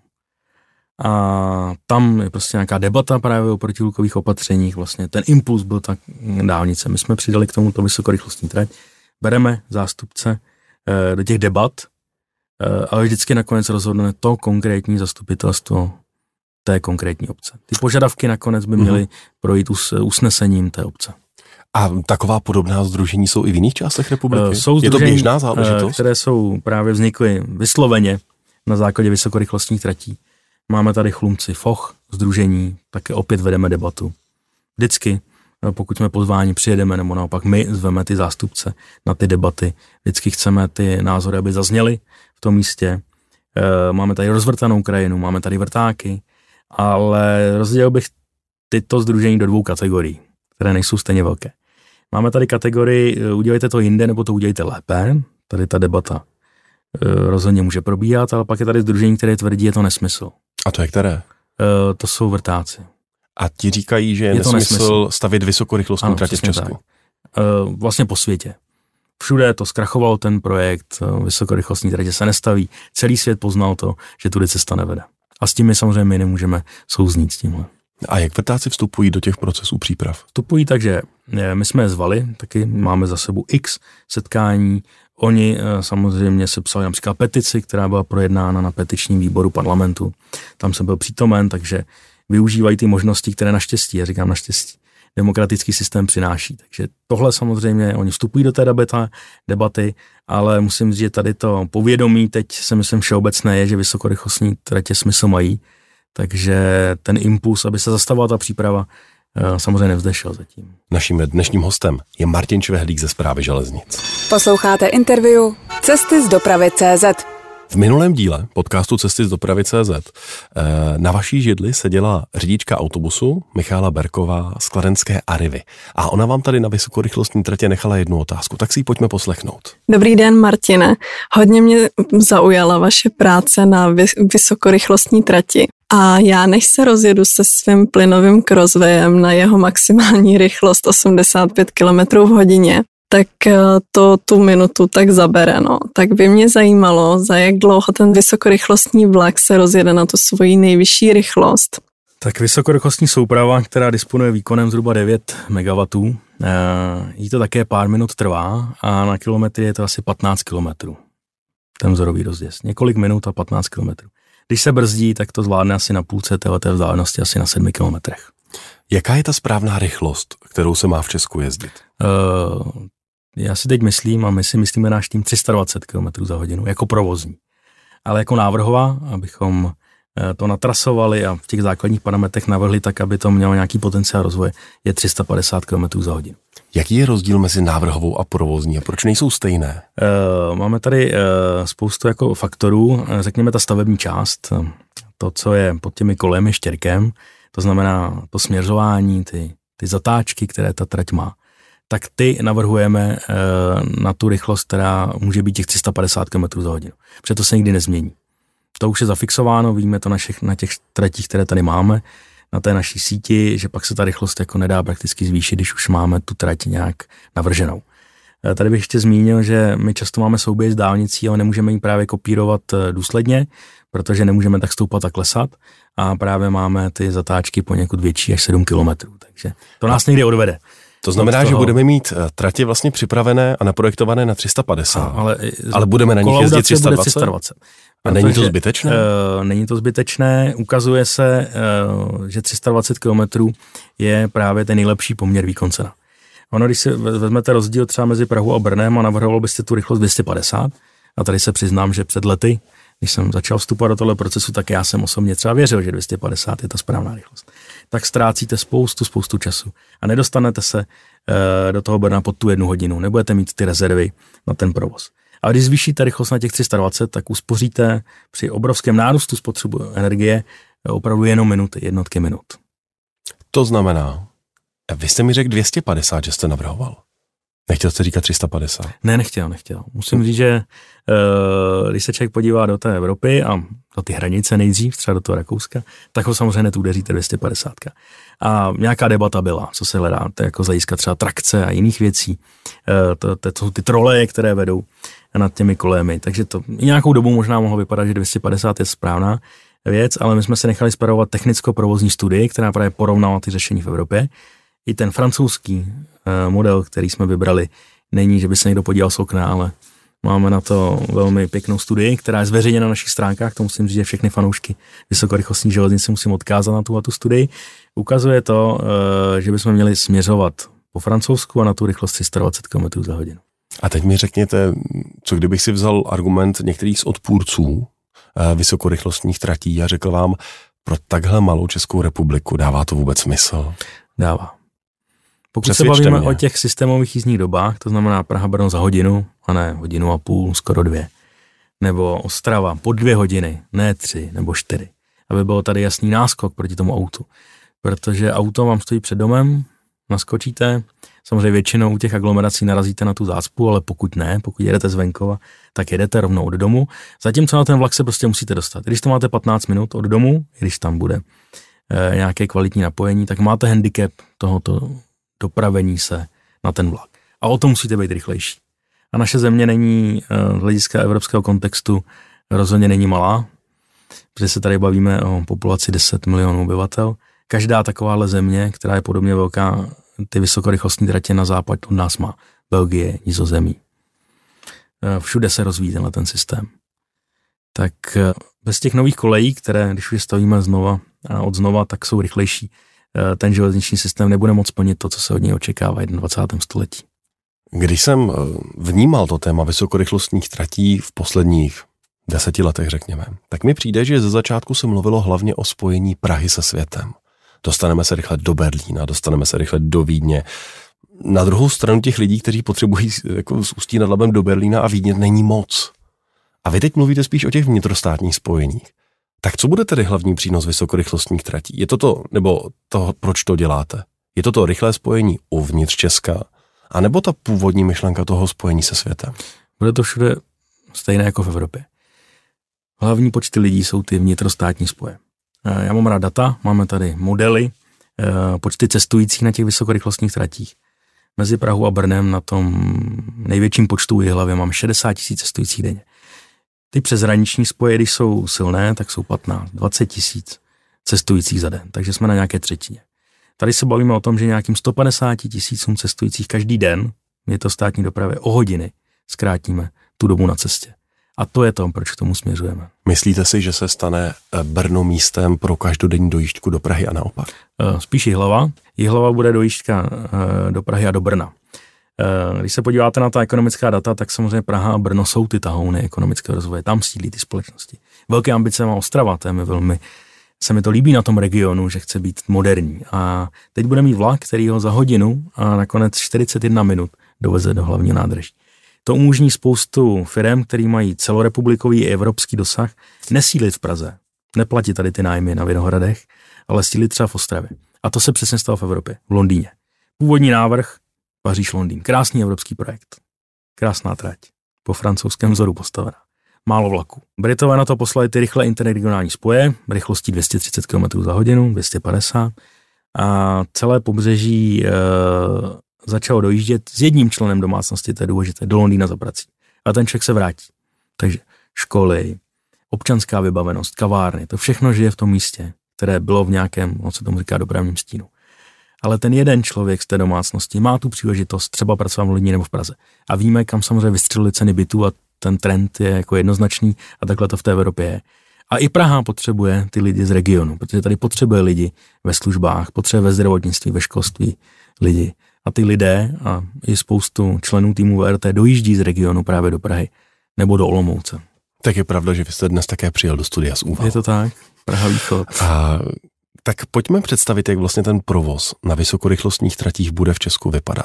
A tam je prostě nějaká debata právě o protihlukových opatřeních, vlastně ten impuls byl tak dálnice. My jsme přidali k tomuto vysokorychlostní trať, bereme zástupce e, do těch debat, e, ale vždycky nakonec rozhodne to konkrétní zastupitelstvo té konkrétní obce. Ty požadavky nakonec by měly projít us, usnesením té obce. A taková podobná sdružení jsou i v jiných částech republiky? Jsou je to běžná záležitost? Které jsou právě vznikly vysloveně na základě vysokorychlostních tratí. Máme tady Chlumci, Foch, sdružení, také opět vedeme debatu. Vždycky, pokud jsme pozváni, přijedeme, nebo naopak my zveme ty zástupce na ty debaty. Vždycky chceme ty názory, aby zazněly v tom místě. Máme tady rozvrtanou krajinu, máme tady vrtáky, ale rozdělil bych tyto sdružení do dvou kategorií, které nejsou stejně velké. Máme tady kategorii, udělejte to jinde, nebo to udělejte lépe. Tady ta debata rozhodně může probíhat, ale pak je tady sdružení, které tvrdí, je to nesmysl. A to je které? To jsou vrtáci. A ti říkají, že je, je nesmysl, nesmysl stavět vysokorychlostní tratě v Česku? Tak. Vlastně po světě. Všude to zkrachoval ten projekt, vysokorychlostní tratě se nestaví. Celý svět poznal to, že tudy cesta nevede. A s tím my samozřejmě my nemůžeme souznít s tímhle. A jak vrtáci vstupují do těch procesů příprav? Vstupují tak, že my jsme je zvali, taky máme za sebou x setkání. Oni samozřejmě sepsali například petici, která byla projednána na petičním výboru parlamentu. Tam jsem byl přítomen, takže využívají ty možnosti, které naštěstí, já říkám naštěstí, demokratický systém přináší. Takže tohle samozřejmě, oni vstupují do té debata, debaty, ale musím říct, že tady to povědomí teď se myslím všeobecné je, že vysokorychlostní tratě smysl mají, takže ten impuls, aby se zastavila ta příprava, samozřejmě nevzdešel zatím. Naším dnešním hostem je Martin Švehlík ze Správy železnic. Posloucháte interview Cesty z dopravy tečka cé zet. V minulém díle podcastu Cesty z dopravy tečka cé zet na vaší židli seděla řidička autobusu Michála Berková z kladenské Arrivy. A ona vám tady na vysokorychlostní tratě nechala jednu otázku, tak si ji pojďme poslechnout. Dobrý den, Martine. Hodně mě zaujala vaše práce na vysokorychlostní trati. A já, než se rozjedu se svým plynovým crosswayem na jeho maximální rychlost osmdesát pět kilometrů v hodině, tak to tu minutu tak zabere. No. Tak by mě zajímalo, za jak dlouho ten vysokorychlostní vlak se rozjede na tu svoji nejvyšší rychlost. Tak vysokorychlostní souprava, která disponuje výkonem zhruba devět megawattů, jí to také pár minut trvá a na kilometry je to asi patnáct kilometrů. Ten vzorový rozjezd. Několik minut a patnáct kilometrů. Když se brzdí, tak to zvládne asi na půlce téhleté vzdálenosti, asi na sedmi kilometrech. Jaká je ta správná rychlost, kterou se má v Česku jezdit? Uh, já si teď myslím, a my si myslíme náš tým tři sta dvacet kilometrů za hodinu, jako provozní. Ale jako návrhová, abychom to natrasovali a v těch základních parametrech navrhli tak, aby to mělo nějaký potenciál rozvoje, je tři sta padesát kilometrů za hodinu. Jaký je rozdíl mezi návrhovou a provozní a proč nejsou stejné? Uh, máme tady uh, spoustu jako faktorů, řekněme ta stavební část, to, co je pod těmi kolemi štěrkem, to znamená to směřování, ty, ty zatáčky, které ta trať má, tak ty navrhujeme uh, na tu rychlost, která může být těch tři sta padesát kilometrů za hodinu. Protože to se nikdy nezmění. To už je zafixováno, víme to na, všech, na těch tratích, které tady máme, na té naší síti, že pak se ta rychlost jako nedá prakticky zvýšit, když už máme tu trať nějak navrženou. Tady bych ještě zmínil, že my často máme souběh s dálnicí, ale nemůžeme ji právě kopírovat důsledně, protože nemůžeme tak stoupat a klesat a právě máme ty zatáčky poněkud větší až sedm kilometrů, takže to nás někdy odvede. To znamená, že budeme mít tratě vlastně připravené a naprojektované na tři sta padesát, a, ale, ale budeme na nich jezdit tři sta dvacet? tři sta dvacet. A není to zbytečné? Uh, není to zbytečné, ukazuje se, uh, že tři sta dvacet kilometrů je právě ten nejlepší poměr výkon cena. Ono, když si vezmete rozdíl třeba mezi Prahou a Brnem a navrhoval byste tu rychlost dvě stě padesát, a tady se přiznám, že před lety, když jsem začal vstupovat do tohle procesu, tak já jsem osobně třeba věřil, že dvě stě padesát je ta správná rychlost. Tak ztrácíte spoustu, spoustu času a nedostanete se uh, do toho Brna pod tu jednu hodinu, nebudete mít ty rezervy na ten provoz. A když zvýšíte rychlost na těch tři sta dvacet, tak uspoříte při obrovském nárůstu spotřebu energie opravdu jenom minuty, jednotky minut. To znamená, vy jste mi řekl dvě stě padesát, že jste navrhoval. Nechtěl jste říkat tři sta padesát? Ne, nechtěl, nechtěl. Musím říct, že uh, když se člověk podívá do té Evropy a do ty hranice nejdřív, třeba do toho Rakouska, tak ho samozřejmě netudeříte dvě stě padesát. A nějaká debata byla, co se hledá, to je jako z hlediska třeba trakce a jiných věcí. Uh, to, to, to jsou ty troleje, které vedou nad těmi kolémy. Takže to i nějakou dobu možná mohlo vypadat, že dvě stě padesát je správná věc, ale my jsme se nechali spravovat technicko-provozní studii, která právě porovnala ty řešení v Evropě. I ten francouzský uh, model, který jsme vybrali, není, že by se někdo podíval z okna, ale máme na to velmi pěknou studii, která je zveřejněna na našich stránkách, to musím říct, že všechny fanoušky vysokorychlostní železnice musím odkázat na tu, tu studii. Ukazuje to, uh, že bychom měli směřovat po Francouzsku a na tu rychlost tři sta dvacet kilometrů za hodinu. A teď mi řekněte, co kdybych si vzal argument některých z odpůrců eh, vysokorychlostních tratí a řekl vám, pro takhle malou Českou republiku dává to vůbec smysl? Dává. Pokud se bavíme mě. o těch systémových jízdních dobách, to znamená Praha-Brno za hodinu, a ne hodinu a půl, skoro dvě, nebo Ostrava po dvě hodiny, ne tři nebo čtyři, aby bylo tady jasný náskok proti tomu autu. Protože auto vám stojí před domem, naskočíte, samozřejmě většinou u těch aglomerací narazíte na tu zácpu, ale pokud ne, pokud jedete z venkova, tak jedete rovnou od domu. Zatímco na ten vlak se prostě musíte dostat. Když to máte patnáct minut od domu, když tam bude e, nějaké kvalitní napojení, tak máte handicap tohoto dopravení se na ten vlak. A o to musíte být rychlejší. A naše země není e, z hlediska evropského kontextu rozhodně není malá, protože se tady bavíme o populaci deset milionů obyvatel. Každá takováhle země, která je podobně velká, ty vysokorychlostní tratě na západ od nás má. Belgie, Nizozemí. Všude se rozvíjí tenhle ten systém. Tak bez těch nových kolejí, které, když už stavíme znova a od znova, tak jsou rychlejší. Ten železniční systém nebude moc plnit to, co se od něj očekává v dvacátém století. Když jsem vnímal to téma vysokorychlostních tratí v posledních deseti letech, řekněme, tak mi přijde, že ze začátku se mluvilo hlavně o spojení Prahy se světem. Dostaneme se rychle do Berlína, dostaneme se rychle do Vídně. Na druhou stranu těch lidí, kteří potřebují jako z Ústí nad Labem do Berlína a Vídně, není moc. A vy teď mluvíte spíš o těch vnitrostátních spojeních. Tak co bude tedy hlavní přínos vysokorychlostních tratí? Je to to, nebo to, proč to děláte? Je to to rychlé spojení uvnitř Česka, anebo ta původní myšlenka toho spojení se světem? Bude to všude stejné jako v Evropě. Hlavní počty lidí jsou ty vnitrostátní spoje. Já mám rád data, máme tady modely, počty cestujících na těch vysokorychlostních tratích. Mezi Prahou a Brnem na tom největším počtu v hlavě mám šedesát tisíc cestujících denně. Ty přeshraniční spoje, když jsou silné, tak jsou patnáct, dvacet tisíc cestujících za den, takže jsme na nějaké třetině. Tady se bavíme o tom, že nějakým sto padesát tisícům cestujících každý den, je to státní dopravě, o hodiny zkrátíme tu dobu na cestě. A to je to, proč k tomu směřujeme. Myslíte si, že se stane Brno místem pro každodenní dojížďku do Prahy a naopak? Spíš Jihlava. Jihlava bude dojížďka do Prahy a do Brna. Když se podíváte na ta ekonomická data, tak samozřejmě Praha a Brno jsou ty tahouny ekonomického rozvoje. Tam sídlí ty společnosti. Velké ambice má Ostrava, to je mi velmi, se mi to líbí na tom regionu, že chce být moderní. A teď bude mít vlak, který ho za hodinu a nakonec čtyřicet jedna minut doveze do hlavního nádraží. To umožní spoustu firem, který mají celorepublikový i evropský dosah, nesídlit v Praze, neplatit tady ty nájmy na Vinohradech, ale sídlit třeba v Ostravě. A to se přesně stalo v Evropě, v Londýně. Původní návrh Paříž-Londýn. Krásný evropský projekt. Krásná trať. Po francouzském vzoru postavená. Málo vlaků. Britové na to poslali ty rychlé interregionální spoje, rychlostí dvě stě třicet kilometrů za hodinu, dvě stě padesát. A celé pobřeží e, začalo dojíždět s jedním členem domácnosti, to je důležité, do Londýna za prací. A ten člověk se vrátí. Takže školy, občanská vybavenost, kavárny, to všechno žije v tom místě, které bylo v nějakém, on se tomu říká, dopravním stínu. Ale ten jeden člověk z té domácnosti má tu příležitost třeba pracovat v Londýně nebo v Praze. A víme, kam samozřejmě vystřelily ceny bytů a ten trend je jako jednoznačný a takhle to v té Evropě je. A i Praha potřebuje ty lidi z regionu, protože tady potřebuje lidi ve službách, potřebuje ve zdravotnictví, ve školství lidi. A ty lidé a i spoustu členů týmu V R T dojíždí z regionu právě do Prahy nebo do Olomouce. Tak je pravda, že vy jste dnes také přijel do studia z Úvalu. Je to tak, Praha východ. A tak pojďme představit, jak vlastně ten provoz na vysokorychlostních tratích bude v Česku vypadat.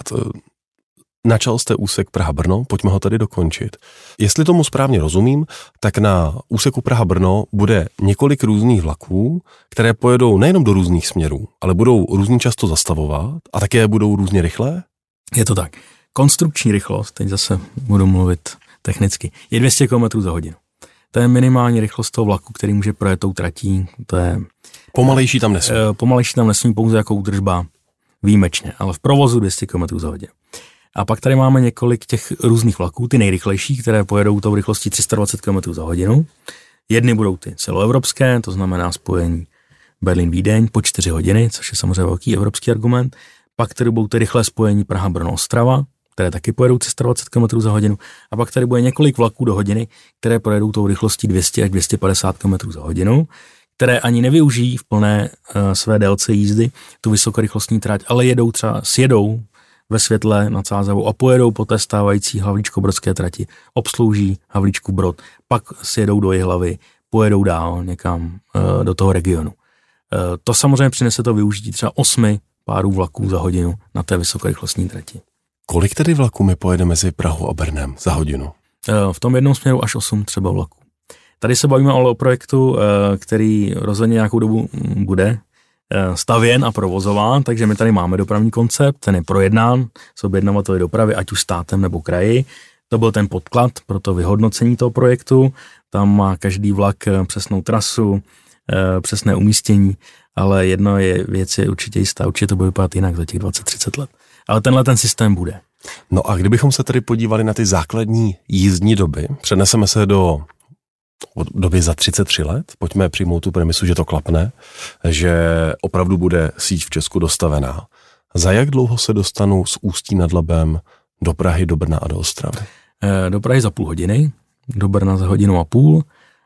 Načal jste úsek Praha-Brno, pojďme ho tady dokončit. Jestli tomu správně rozumím, tak na úseku Praha-Brno bude několik různých vlaků, které pojedou nejenom do různých směrů, ale budou různě často zastavovat a také budou různě rychlé? Je to tak. Konstrukční rychlost, teď zase budu mluvit technicky, je dvě stě kilometrů za hodinu. To je minimální rychlost toho vlaku, který může projet tou tratí. To je Pomalejší tam nesmí. Pomalejší tam nesmí pouze jako údržba výjimečně, ale v provozu dvě stě kilometrů za hodinu. A pak tady máme několik těch různých vlaků, ty nejrychlejší, které pojedou tou rychlostí tři sta dvacet kilometrů za hodinu. Jedny budou ty celoevropské, to znamená spojení Berlín-Vídeň po čtyři hodiny, což je samozřejmě velký evropský argument. Pak tady budou ty rychlé spojení Praha-Brno-Ostrava, které taky pojedou tři sta dvacet kilometrů za hodinu. A pak tady bude několik vlaků do hodiny, které pojedou tou rychlostí dvě stě až dvě stě padesát kilometrů za hodinu, které ani nevyužijí v plné uh, své délce jízdy tu vysokorychlostní trať, ale jedou třeba, sjedou ve Světle nad Sázavou a pojedou po té stávající Havlíčko-Brodské trati, obslouží Havlíčku Brod, pak sjedou do Jihlavy, pojedou dál někam uh, do toho regionu. Uh, to samozřejmě přinese to využití třeba osmi párů vlaků za hodinu na té vysokorychlostní trati. Kolik tedy vlaků mi pojede mezi Prahou a Brnem za hodinu? Uh, v tom jednom směru až osm třeba vlaků. Tady se bavíme o projektu, uh, který rozhodně nějakou dobu bude stavěn a provozován, takže my tady máme dopravní koncept, ten je projednán s objednavateli dopravy, ať už státem nebo kraji. To byl ten podklad pro to vyhodnocení toho projektu. Tam má každý vlak přesnou trasu, přesné umístění, ale jedno je věc je určitě jistá, určitě to bude vypadat jinak za těch dvacet třicet let. Ale tenhle ten systém bude. No a kdybychom se tady podívali na ty základní jízdní doby, přeneseme se do od doby za třicet tři let, pojďme přijmout tu premisu, že to klapne, že opravdu bude síť v Česku dostavená. Za jak dlouho se dostanu z Ústí nad Labem do Prahy, do Brna a do Ostravy? Do Prahy za půl hodiny, do Brna za hodinu a půl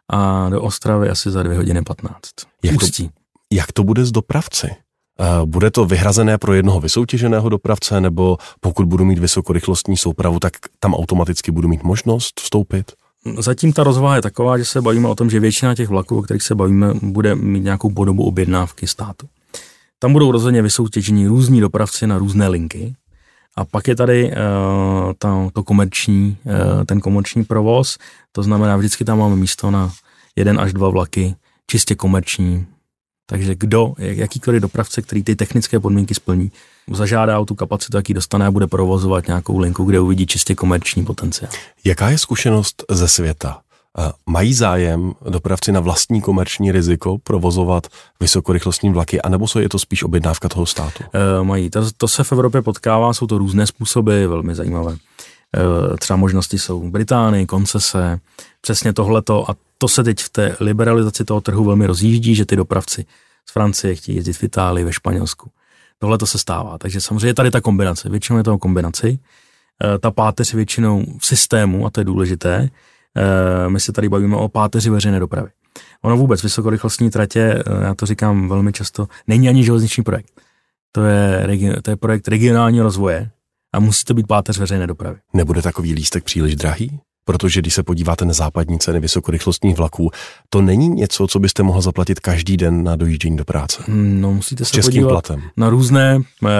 a do Ostravy asi za dvě hodiny patnáct. Jak to, jak to bude s dopravci? Bude to vyhrazené pro jednoho vysoutěženého dopravce, nebo pokud budu mít vysokorychlostní soupravu, tak tam automaticky budu mít možnost vstoupit? Zatím ta rozvaha je taková, že se bavíme o tom, že většina těch vlaků, o kterých se bavíme, bude mít nějakou podobu objednávky státu. Tam budou rozhodně vysoutěžení různí dopravci na různé linky A pak je tady uh, ta, to komerční, uh, ten komerční provoz, to znamená, vždycky tam máme místo na jeden až dva vlaky, čistě komerční. Takže kdo, jakýkoliv dopravce, který ty technické podmínky splní, zažádá o tu kapacitu, jaký dostane a bude provozovat nějakou linku, kde uvidí čistě komerční potenciál. Jaká je zkušenost ze světa? Mají zájem dopravci na vlastní komerční riziko provozovat vysokorychlostní vlaky, anebo je to spíš objednávka toho státu? E, mají. To, to se v Evropě potkává, jsou to různé způsoby, velmi zajímavé. E, třeba možnosti jsou v Británii, koncese, přesně tohleto a to se teď v té liberalizaci toho trhu velmi rozjíždí, že ty dopravci z Francie chtějí jezdit v Itálii, ve Španělsku. Tohle to se stává, takže samozřejmě je tady ta kombinace, většinou je to kombinaci. E, ta páteř většinou v systému, a to je důležité, e, my se tady bavíme o páteři veřejné dopravy. Ono vůbec vysokorychlostní tratě, já to říkám velmi často, není ani železniční projekt. To je, to je projekt regionálního rozvoje a musí to být páteř veřejné dopravy. Nebude takový lístek příliš drahý? Protože když se podíváte na západní ceny vysokorychlostních vlaků, to není něco, co byste mohl zaplatit každý den na dojíždění do práce. No, musíte se českým podívat platem. Na různé,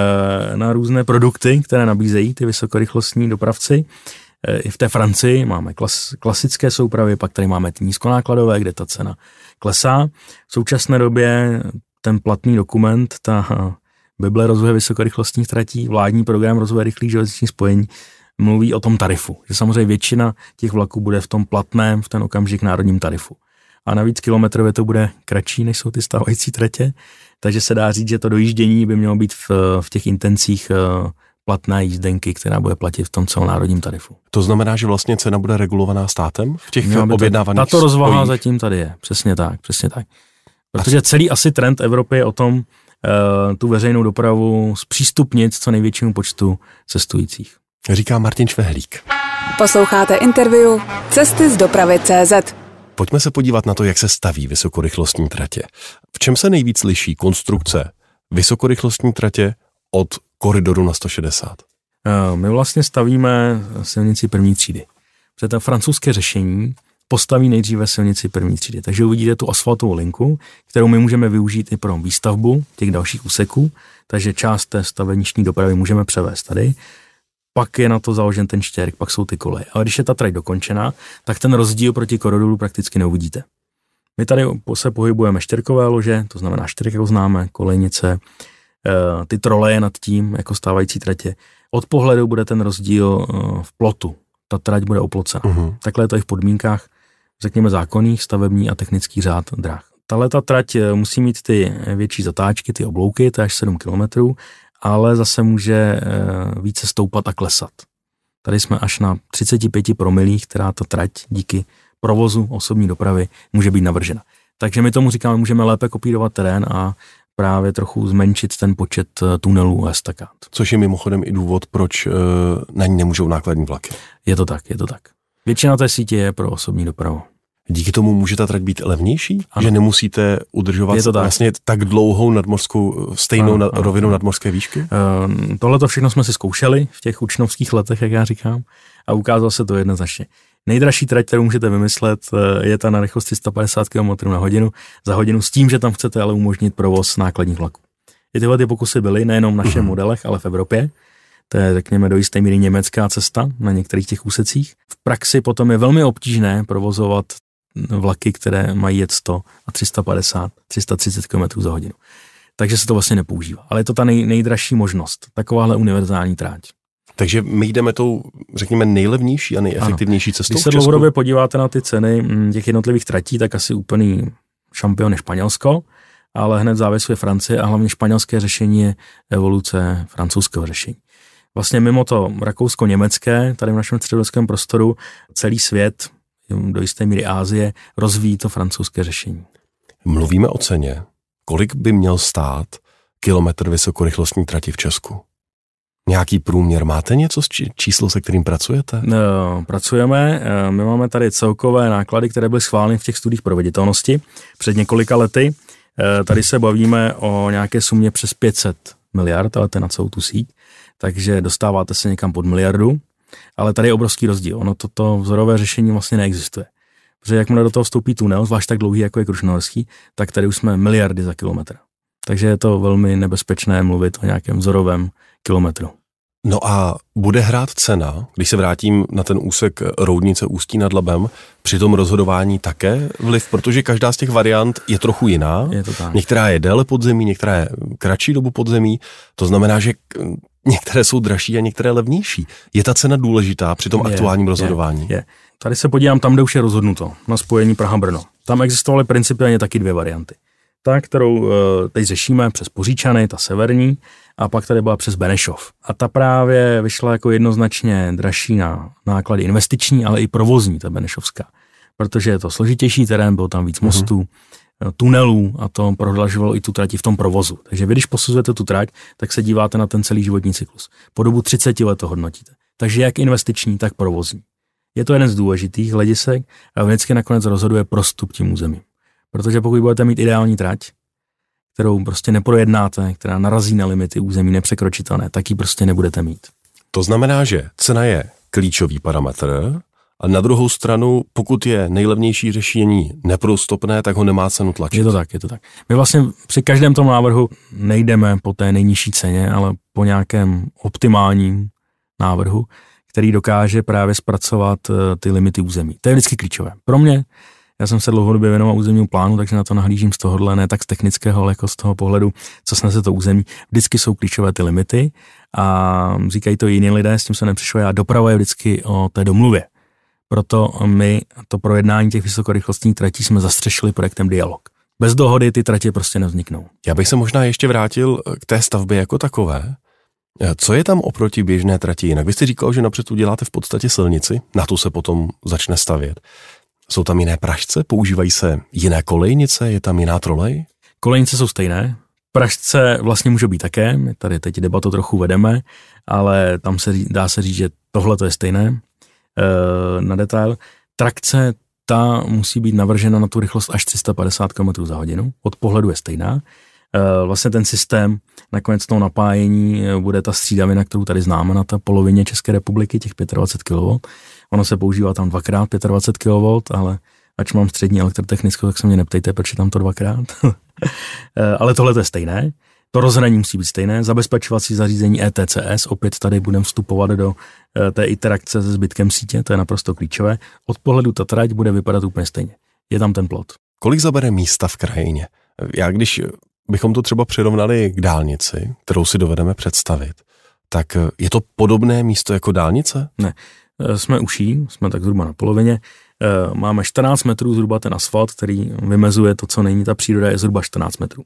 na různé produkty, které nabízejí ty vysokorychlostní dopravci. I v té Francii máme klas, klasické soupravy, pak tady máme ty nízkonákladové, kde ta cena klesá. V současné době ten platný dokument, ta Bible rozvoje vysokorychlostních tratí, vládní program rozvoje rychlých železničních spojení, mluví o tom tarifu, že samozřejmě většina těch vlaků bude v tom platném, v ten okamžik národním tarifu. A navíc kilometrově to bude kratší, než jsou ty stávající tratě, takže se dá říct, že to dojíždění by mělo být v, v těch intencích platné jízdenky, která bude platit v tom celonárodním tarifu. To znamená, že vlastně cena bude regulovaná státem v těch no, objednávaných Tato rozvaha spojích? zatím tady je, přesně tak, přesně tak. Protože celý asi trend Evropy je o tom uh, tu veřejnou dopravu zpřístupnit co největšímu počtu cestujících. Říká Martin Švehlík. Posloucháte interview Cesty z dopravy tečka cé zet. Pojďme se podívat na to, jak se staví vysokorychlostní tratě. V čem se nejvíc liší konstrukce vysokorychlostní tratě od koridoru na sto šedesát? My vlastně stavíme silnici první třídy. Protože to francouzské řešení postaví nejdříve silnici první třídy. Takže uvidíte tu asfaltovou linku, kterou my můžeme využít i pro výstavbu těch dalších úseků. Takže část té stavebniční dopravy můžeme převést tady. Pak je na to založen ten štěrk, pak jsou ty koleje. Ale když je ta trať dokončená, tak ten rozdíl proti koridoru prakticky neuvidíte. My tady se pohybujeme štěrkové lože, to znamená štěrk, jako známe, kolejnice, ty troleje nad tím, jako stávající tratě. Od pohledu bude ten rozdíl v plotu. Ta trať bude oplocena. Uh-huh. Takhle je to i v podmínkách, řekněme, zákonných, stavební a technický řád drah. Tahle ta trať musí mít ty větší zatáčky, ty oblouky, to je až sedm kilometrů, ale zase může více stoupat a klesat. Tady jsme až na třicet pět promilích, která ta trať díky provozu osobní dopravy může být navržena. Takže my tomu říkáme, můžeme lépe kopírovat terén a právě trochu zmenšit ten počet tunelů a estakád. Což je mimochodem i důvod, proč uh, na ní nemůžou nákladní vlaky. Je to tak, je to tak. Většina té sítě je pro osobní dopravu. Díky tomu může ta trať být levnější? Ano. Že nemusíte udržovat tak. vlastně tak dlouhou nadmořskou, stejnou ano, ano, rovinu ano. nadmořské výšky? Uh, Tohle to všechno jsme si zkoušeli v těch učňovských letech, jak já říkám, a ukázalo se to jednoznačně. Nejdražší trať, kterou můžete vymyslet, je ta na rychlost tři sta padesát kilometrů na hodinu za hodinu, s tím, že tam chcete ale umožnit provoz nákladních vlaků. I tyhle ty pokusy byly nejenom v našich uh-huh. modelech, ale v Evropě. To je, řekněme, do jisté míry německá cesta na některých těch úsecích. V praxi potom je velmi obtížné provozovat vlaky, které mají jet sto a tři sta padesát, tři sta třicet kilometrů za hodinu. Takže se to vlastně nepoužívá. Ale je to ta nej, nejdražší možnost, takováhle univerzální tráť. Takže my jdeme tou, řekněme, nejlevnější a nejefektivnější cestou. Když se dlouhodobě podíváte na ty ceny těch jednotlivých tratí, tak asi úplný šampion je Španělsko, ale hned závěsuje Francie a hlavně španělské řešení je evoluce francouzského řešení. Vlastně mimo to rakousko-německé, tady v našem středoevropském prostoru, celý svět, do jisté míry Asie, rozvíjí to francouzské řešení. Mluvíme o ceně. Kolik by měl stát kilometr vysokorychlostní trati v Česku? Nějaký průměr? Máte něco z číslo, se kterým pracujete? No, pracujeme. My máme tady celkové náklady, které byly schváleny v těch studiích proveditelnosti před několika lety. Tady se bavíme o nějaké sumě přes pět set miliard, ale to je na celou tu síť. Takže dostáváte se někam pod miliardu. Ale tady je obrovský rozdíl. Ono toto vzorové řešení vlastně neexistuje. Protože jakmile do toho vstoupí tunel, zvlášť tak dlouhý, jako je Krušnohorský, tak tady už jsme miliardy za kilometr. Takže je to velmi nebezpečné mluvit o nějakém vzorovém kilometru. No a bude hrát cena, když se vrátím na ten úsek Roudnice Ústí nad Labem, při tom rozhodování také vliv, protože každá z těch variant je trochu jiná. Je to tak. Některá je déle podzemí, některá je kratší dobu podzemí. To znamená, že některé jsou dražší a některé levnější. Je ta cena důležitá při tom je, aktuálním rozhodování? Je, je. Tady se podívám tam, kde už je rozhodnuto, na spojení Praha-Brno. Tam existovaly principiálně taky dvě varianty. Ta, kterou teď řešíme přes Poříčany, ta severní, a pak tady byla přes Benešov. A ta právě vyšla jako jednoznačně dražší na náklady investiční, ale i provozní, ta benešovská. Protože je to složitější terén, bylo tam víc mostů, mm-hmm. tunelů a to prodlužovalo i tu trati v tom provozu. Takže vy, když posuzujete tu trať, tak se díváte na ten celý životní cyklus. Po dobu třicet let to hodnotíte. Takže jak investiční, tak provozní. Je to jeden z důležitých hledisek a vždycky nakonec rozhoduje prostup tím územím. Protože pokud budete mít ideální trať, kterou prostě neprojednáte, která narazí na limity území nepřekročitelné, tak ji prostě nebudete mít. To znamená, že cena je klíčový parametr a na druhou stranu, pokud je nejlevnější řešení neprůstupné, tak ho nemá cenu tlačit. Je to tak, je to tak. My vlastně při každém tom návrhu nejdeme po té nejnižší ceně, ale po nějakém optimálním návrhu, který dokáže právě zpracovat ty limity území. To je vždycky klíčové. Pro mě, já jsem se dlouhodobě věnoval územnímu plánu, takže na to nahlížím z tohohle, ne tak z technického, ale jako z toho pohledu, co snese to území. Vždycky jsou klíčové ty limity a říkají to jiní lidé, s tím se nepřišlo já. Doprava je vždycky o té domluvě. Proto my to projednání těch vysokorychlostních tratí jsme zastřešili projektem Dialog. Bez dohody ty tratě prostě nevzniknou. Já bych se možná ještě vrátil k té stavbě jako takové. Co je tam oproti běžné trati jinak? Vy jste říkal, že napřed uděláte v podstatě silnici, na tu se potom začne stavět. Jsou tam jiné pražce? Používají se jiné kolejnice? Je tam jiná trolej? Kolejnice jsou stejné. Pražce vlastně může být také. My tady teď debatu trochu vedeme, ale tam se dá se říct, že tohle to je stejné e, na detail. Trakce, ta musí být navržena na tu rychlost až tři sta padesát kilometrů za hodinu. Od pohledu je stejná. E, vlastně ten systém nakonec toho napájení bude ta střídavina, kterou tady známe na té polovině České republiky, těch dvacet pět kilovoltů. Ono se používá tam dvakrát dvacet pět kilovoltů, ale ač mám střední elektrotechnickou, tak se mě neptejte, proč je tam to dvakrát. Ale tohle to je stejné. To rozhraní musí být stejné. Zabezpečovací zařízení E T C S, opět tady budeme vstupovat do té interakce se zbytkem sítě, to je naprosto klíčové. Od pohledu ta trať bude vypadat úplně stejně. Je tam ten plot. Kolik zabere místa v krajině? Já když bychom to třeba přirovnali k dálnici, kterou si dovedeme představit, tak je to podobné místo jako dálnice? Ne. Jsme uší, jsme tak zhruba na polovině. Máme čtrnáct metrů zhruba ten asfalt, který vymezuje to, co není ta příroda, je zhruba čtrnáct metrů.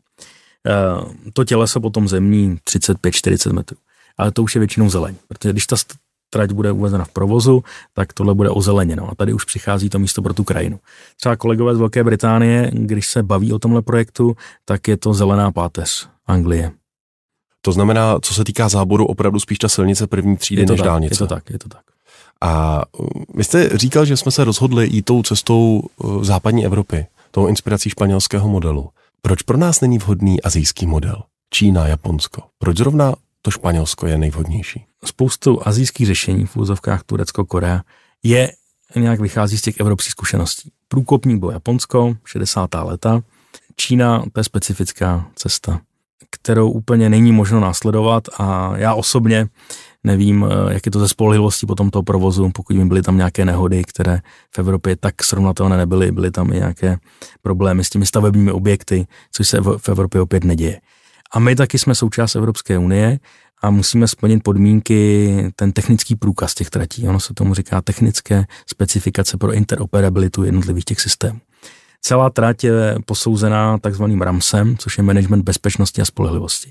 To těleso potom zemní třicet pět čtyřicet metrů. Ale to už je většinou zeleň, protože když ta trať bude uvezena v provozu, tak tohle bude ozeleněno a tady už přichází to místo pro tu krajinu. Třeba kolegové z Velké Británie, když se baví o tomhle projektu, tak je to zelená páteř Anglie. To znamená, co se týká záboru, opravdu spíš ta silnice první třídy než tak, dálnice. Je to tak, je to tak. A vy jste říkal, že jsme se rozhodli jít tou cestou západní Evropy, tou inspirací španělského modelu. Proč pro nás není vhodný asijský model? Čína, Japonsko. Proč zrovna to Španělsko je nejvhodnější? Spoustu asijských řešení v úzovkách Turecko, Korea je nějak vychází z těch evropských zkušeností. Průkopník byl Japonsko, šedesátá léta. Čína, to je specifická cesta, kterou úplně není možno následovat a já osobně nevím, jak je to ze spolehlivostí potom toho provozu, pokud by byly tam nějaké nehody, které v Evropě tak srovnatelné nebyly, byly tam i nějaké problémy s těmi stavebními objekty, což se v Evropě opět neděje. A my taky jsme součást Evropské unie a musíme splnit podmínky, ten technický průkaz těch tratí. Ono se tomu říká technické specifikace pro interoperabilitu jednotlivých těch systémů. Celá trať je posouzená takzvaným RAMSem, což je management bezpečnosti a spolehlivosti.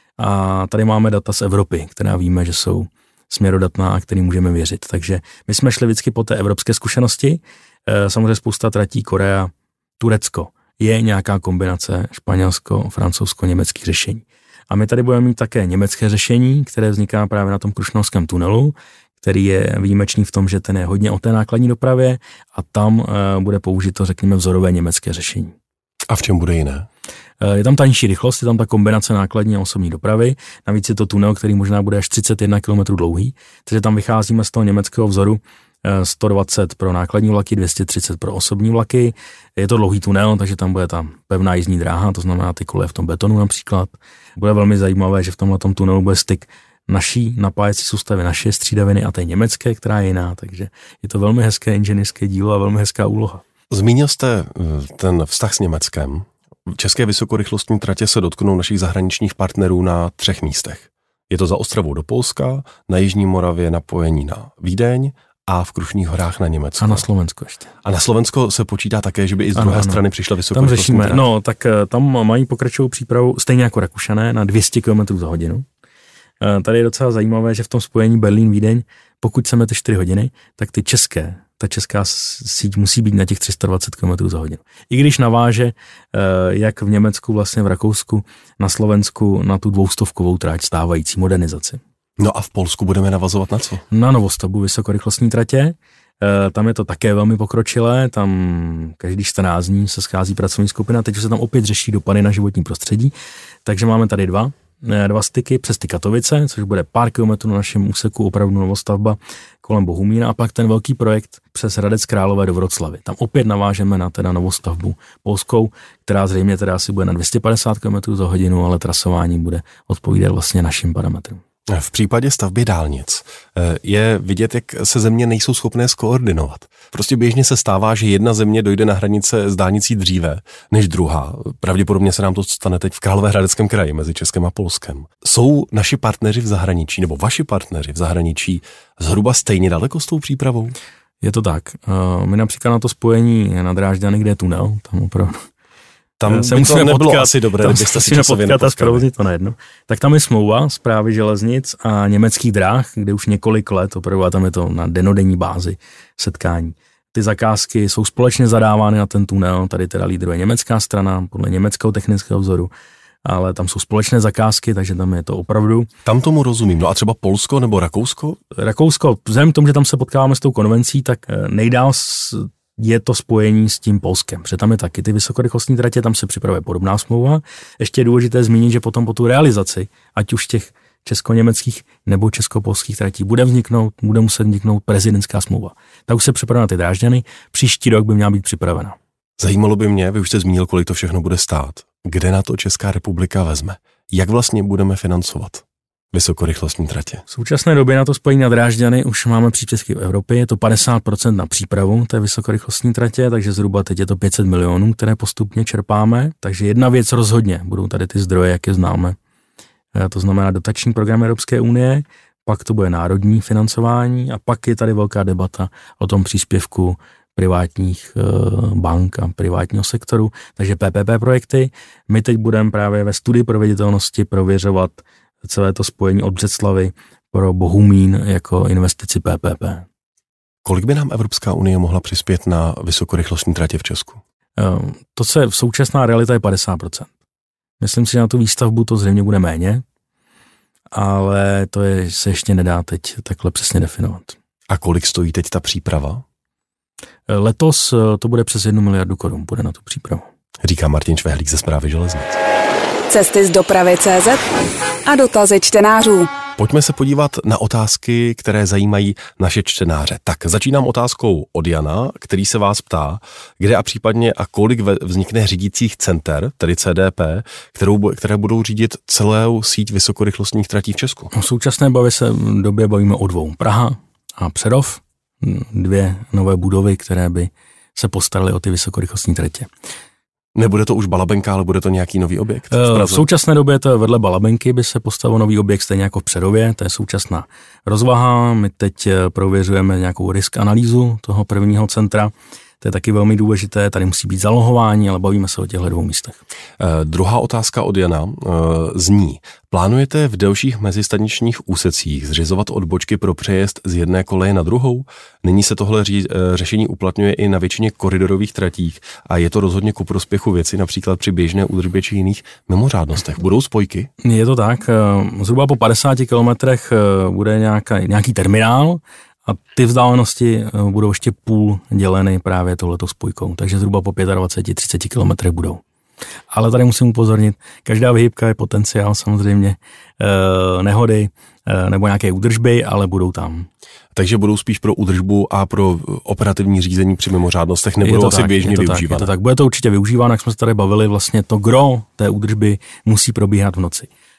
A tady máme data z Evropy, která víme, že jsou směrodatná a který můžeme věřit. Takže my jsme šli vždycky po té evropské zkušenosti. Samozřejmě spousta tratí Korea, Turecko. Je nějaká kombinace španělsko, francouzsko, německých řešení. A my tady budeme mít také německé řešení, které vzniká právě na tom Krušnovském tunelu, který je výjimečný v tom, že ten je hodně o té nákladní dopravě a tam bude použito, řekněme, vzorové německé řešení. A v čem bude jiné? Je tam ta nižší rychlost, je tam ta kombinace nákladní a osobní dopravy, navíc je to tunel, který možná bude až třicet jedna kilometrů dlouhý, takže tam vycházíme z toho německého vzoru sto dvacet pro nákladní vlaky, dvě stě třicet pro osobní vlaky. Je to dlouhý tunel, takže tam bude tam pevná jízdní dráha, to znamená ty koleje v tom betonu například. Bude velmi zajímavé, že v tomhletom tunelu bude styk naší napájecí soustavy, naše střídaviny a té německé, která je jiná, takže je to velmi hezké inženýrské dílo a velmi hezká úloha. Zmínil jste ten vztah s Německem. České vysokorychlostní tratě se dotknou našich zahraničních partnerů na třech místech. Je to za Ostravou do Polska, na Jižní Moravě napojení na Vídeň a v Krušných horách na Německo. A na Slovensko ještě. A na Slovensko se počítá také, že by i z druhé ano, ano. strany přišla vysokorychlostní Tam řešíme, trať. no tak tam mají pokračovou přípravu stejně jako Rakušané na dvě stě kilometrů za hodinu. Tady je docela zajímavé, že v tom spojení Berlín-Vídeň, pokud chceme ty čtyři hodiny, tak ty české, ta česká síť musí být na těch tři sta dvacet kilometrů za hodinu. I když naváže, jak v Německu, vlastně v Rakousku, na Slovensku, na tu dvoustovkovou tráť stávající modernizaci. No a v Polsku budeme navazovat na co? Na novostavbu vysokorychlostní tratě. Tam je to také velmi pokročilé, tam každý čtrnáct dní se schází pracovní skupina, teď se tam opět řeší dopady na životní prostředí, takže máme tady dva. Dva styky přes ty Katovice, což bude pár kilometrů na našem úseku, opravdu novostavba kolem Bohumína, a pak ten velký projekt přes Hradec Králové do Vroclavy. Tam opět navážeme na teda novostavbu polskou, která zřejmě teda asi bude na dvě stě padesát kilometrů za hodinu, ale trasování bude odpovídat vlastně našim parametrům. V případě stavby dálnic je vidět, jak se země nejsou schopné skoordinovat. Prostě běžně se stává, že jedna země dojde na hranice s dálnicí dříve než druhá. Pravděpodobně se nám to stane teď v Královéhradeckém kraji mezi Českem a Polskem. Jsou naši partneři v zahraničí, nebo vaši partneři v zahraničí zhruba stejně daleko s tou přípravou? Je to tak. My například na to spojení na Drážďany, kde je tunel, tam opravdu Tam se by musíme to nebylo potkat, asi dobré, tam kdybyste si musíme časově potkat a nepotkali. zprovoznit to najednou. Tak tam je smlouva Správy železnic a německých dráh, kde už několik let, opravdu, a tam je to na denodenní bázi setkání. Ty zakázky jsou společně zadávány na ten tunel, tady teda lídruje německá strana podle německého technického vzoru, ale tam jsou společné zakázky, takže tam je to opravdu. Tam tomu rozumím. No a třeba Polsko nebo Rakousko? Rakousko, vzhledem k tomu, že tam se potkáváme s tou konvencí, tak nejdál je to spojení s tím Polskem, protože tam je taky ty vysokorychlostní tratě, tam se připravuje podobná smlouva. Ještě je důležité zmínit, že potom po tu realizaci, ať už těch česko-německých nebo česko-polských tratí, bude vzniknout, bude muset vzniknout prezidentská smlouva. Tak už se připravuje na ty Drážďany, příští rok by měla být připravena. Zajímalo by mě, vy už jste zmínil, kolik to všechno bude stát. Kde na to Česká republika vezme? Jak vlastně budeme financovat vysokorychlostní tratě? V současné době na to spojení na Drážďany už máme příspěvky v Evropě, je to padesát procent na přípravu té vysokorychlostní tratě, takže zhruba teď je to pět set milionů, které postupně čerpáme. Takže jedna věc rozhodně, budou tady ty zdroje, jak je známe. To znamená dotační program Evropské unie, pak to bude národní financování a pak je tady velká debata o tom příspěvku privátních bank a privátního sektoru, takže P P P projekty. My teď budeme právě ve studii proveditelnosti prověřovat celé to spojení od Břeclavy pro Bohumín jako investici P P P. Kolik by nám Evropská unie mohla přispět na vysokorychlostní tratě v Česku? To, co je v současná realita, je padesát procent. Myslím si, že na tu výstavbu to zřejmě bude méně, ale to je, se ještě nedá teď takhle přesně definovat. A kolik stojí teď ta příprava? Letos to bude přes jednu miliardu korun, bude na tu přípravu. Říká Martin Švehlík ze Správy železnic. Cesty z dopravy tečka cé zet a dotazy čtenářů. Pojďme se podívat na otázky, které zajímají naše čtenáře. Tak začínám otázkou od Jana, který se vás ptá, kde a případně a kolik vznikne řídících center, tedy C D P, kterou, které budou řídit celou síť vysokorychlostních tratí v Česku. V současné bavě se v době bavíme o dvou. Praha a Přerov, dvě nové budovy, které by se postaraly o ty vysokorychlostní tratě. Nebude to už Balabenka, ale bude to nějaký nový objekt? V, v současné době to vedle Balabenky by se postavil nový objekt, stejně jako v Přerově, to je současná rozvaha. My teď prověřujeme nějakou risk analýzu toho prvního centra. To je taky velmi důležité, tady musí být zalohování, ale bavíme se o těchto dvou místech. Eh, druhá otázka od Jana eh, zní, plánujete v delších mezistaničních úsecích zřizovat odbočky pro přejezd z jedné koleje na druhou? Nyní se tohle ří, eh, řešení uplatňuje i na většině koridorových tratích a je to rozhodně ku prospěchu věci, například při běžné údržbě či jiných mimořádnostech. Budou spojky? Je to tak, eh, zhruba po padesáti kilometrech eh, bude nějaká, nějaký terminál, a ty vzdálenosti budou ještě půl děleny právě touhletou spojkou, takže zhruba po dvaceti pěti třiceti kilometrech budou. Ale tady musím upozornit, každá vyhybka je potenciál samozřejmě eh, nehody eh, nebo nějaké údržby, ale budou tam. Takže budou spíš pro údržbu a pro operativní řízení při mimořádnostech, nebudou asi tak, běžně využívat. Je to tak, bude to určitě využíváno, jak jsme se tady bavili, vlastně to gro té údržby musí probíhat v noci.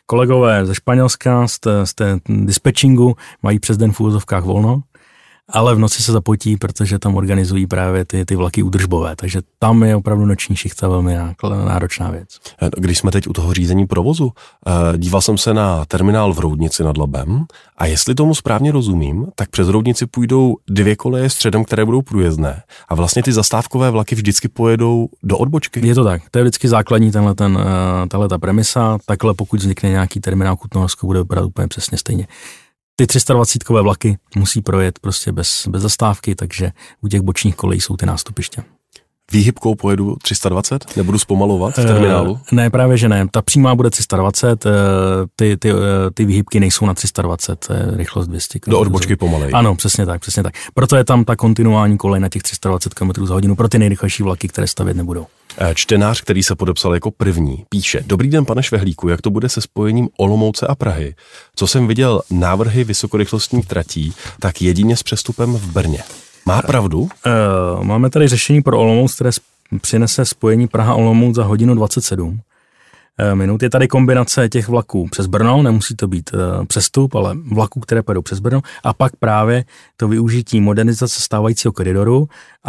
Kolegové ze Španělska, z té, z té dispatchingu mají přes den v úvozovkách volno, ale v noci se zapotí, protože tam organizují právě ty, ty vlaky údržbové, takže tam je opravdu noční šichta velmi náročná věc. Když jsme teď u toho řízení provozu, díval jsem se na terminál v Roudnici nad Labem a jestli tomu správně rozumím, tak přes Roudnici půjdou dvě koleje středem, které budou průjezdné a vlastně ty zastávkové vlaky vždycky pojedou do odbočky. Je to tak, to je vždycky základní tenhle ten, tahle ta premisa, takhle pokud vznikne nějaký terminál Kutnohorsko, bude vypadat úplně přesně stejně. Ty tři sta dvacítkové vlaky musí projet prostě bez, bez zastávky, takže u těch bočních kolejí jsou ty nástupiště. Výhybkou pojedu tři sta dvacet? Nebudu zpomalovat v terminálu? E, ne, právě že ne. Ta přímá bude tři sta dvacet, e, ty, ty, ty výhybky nejsou na tři sta dvacet, e, rychlost dvě stě kilometrů. Do odbočky pomalej. Ano, přesně tak, přesně tak. Proto je tam ta kontinuální kolej na těch tři sta dvacet kilometrů za hodinu pro ty nejrychlejší vlaky, které stavět nebudou. Čtenář, který se podepsal jako první, píše: Dobrý den, pane Švehlíku, jak to bude se spojením Olomouce a Prahy? Co jsem viděl návrhy vysokorychlostních tratí, tak jedině s přestupem v Brně. Má pravdu? E, máme tady řešení pro Olomouc, které přinese spojení Praha-Olomouc za hodinu dvacet sedm e, minut. Je tady kombinace těch vlaků přes Brno, nemusí to být e, přestup, ale vlaků, které pojedou přes Brno, a pak právě to využití modernizace stávajícího koridoru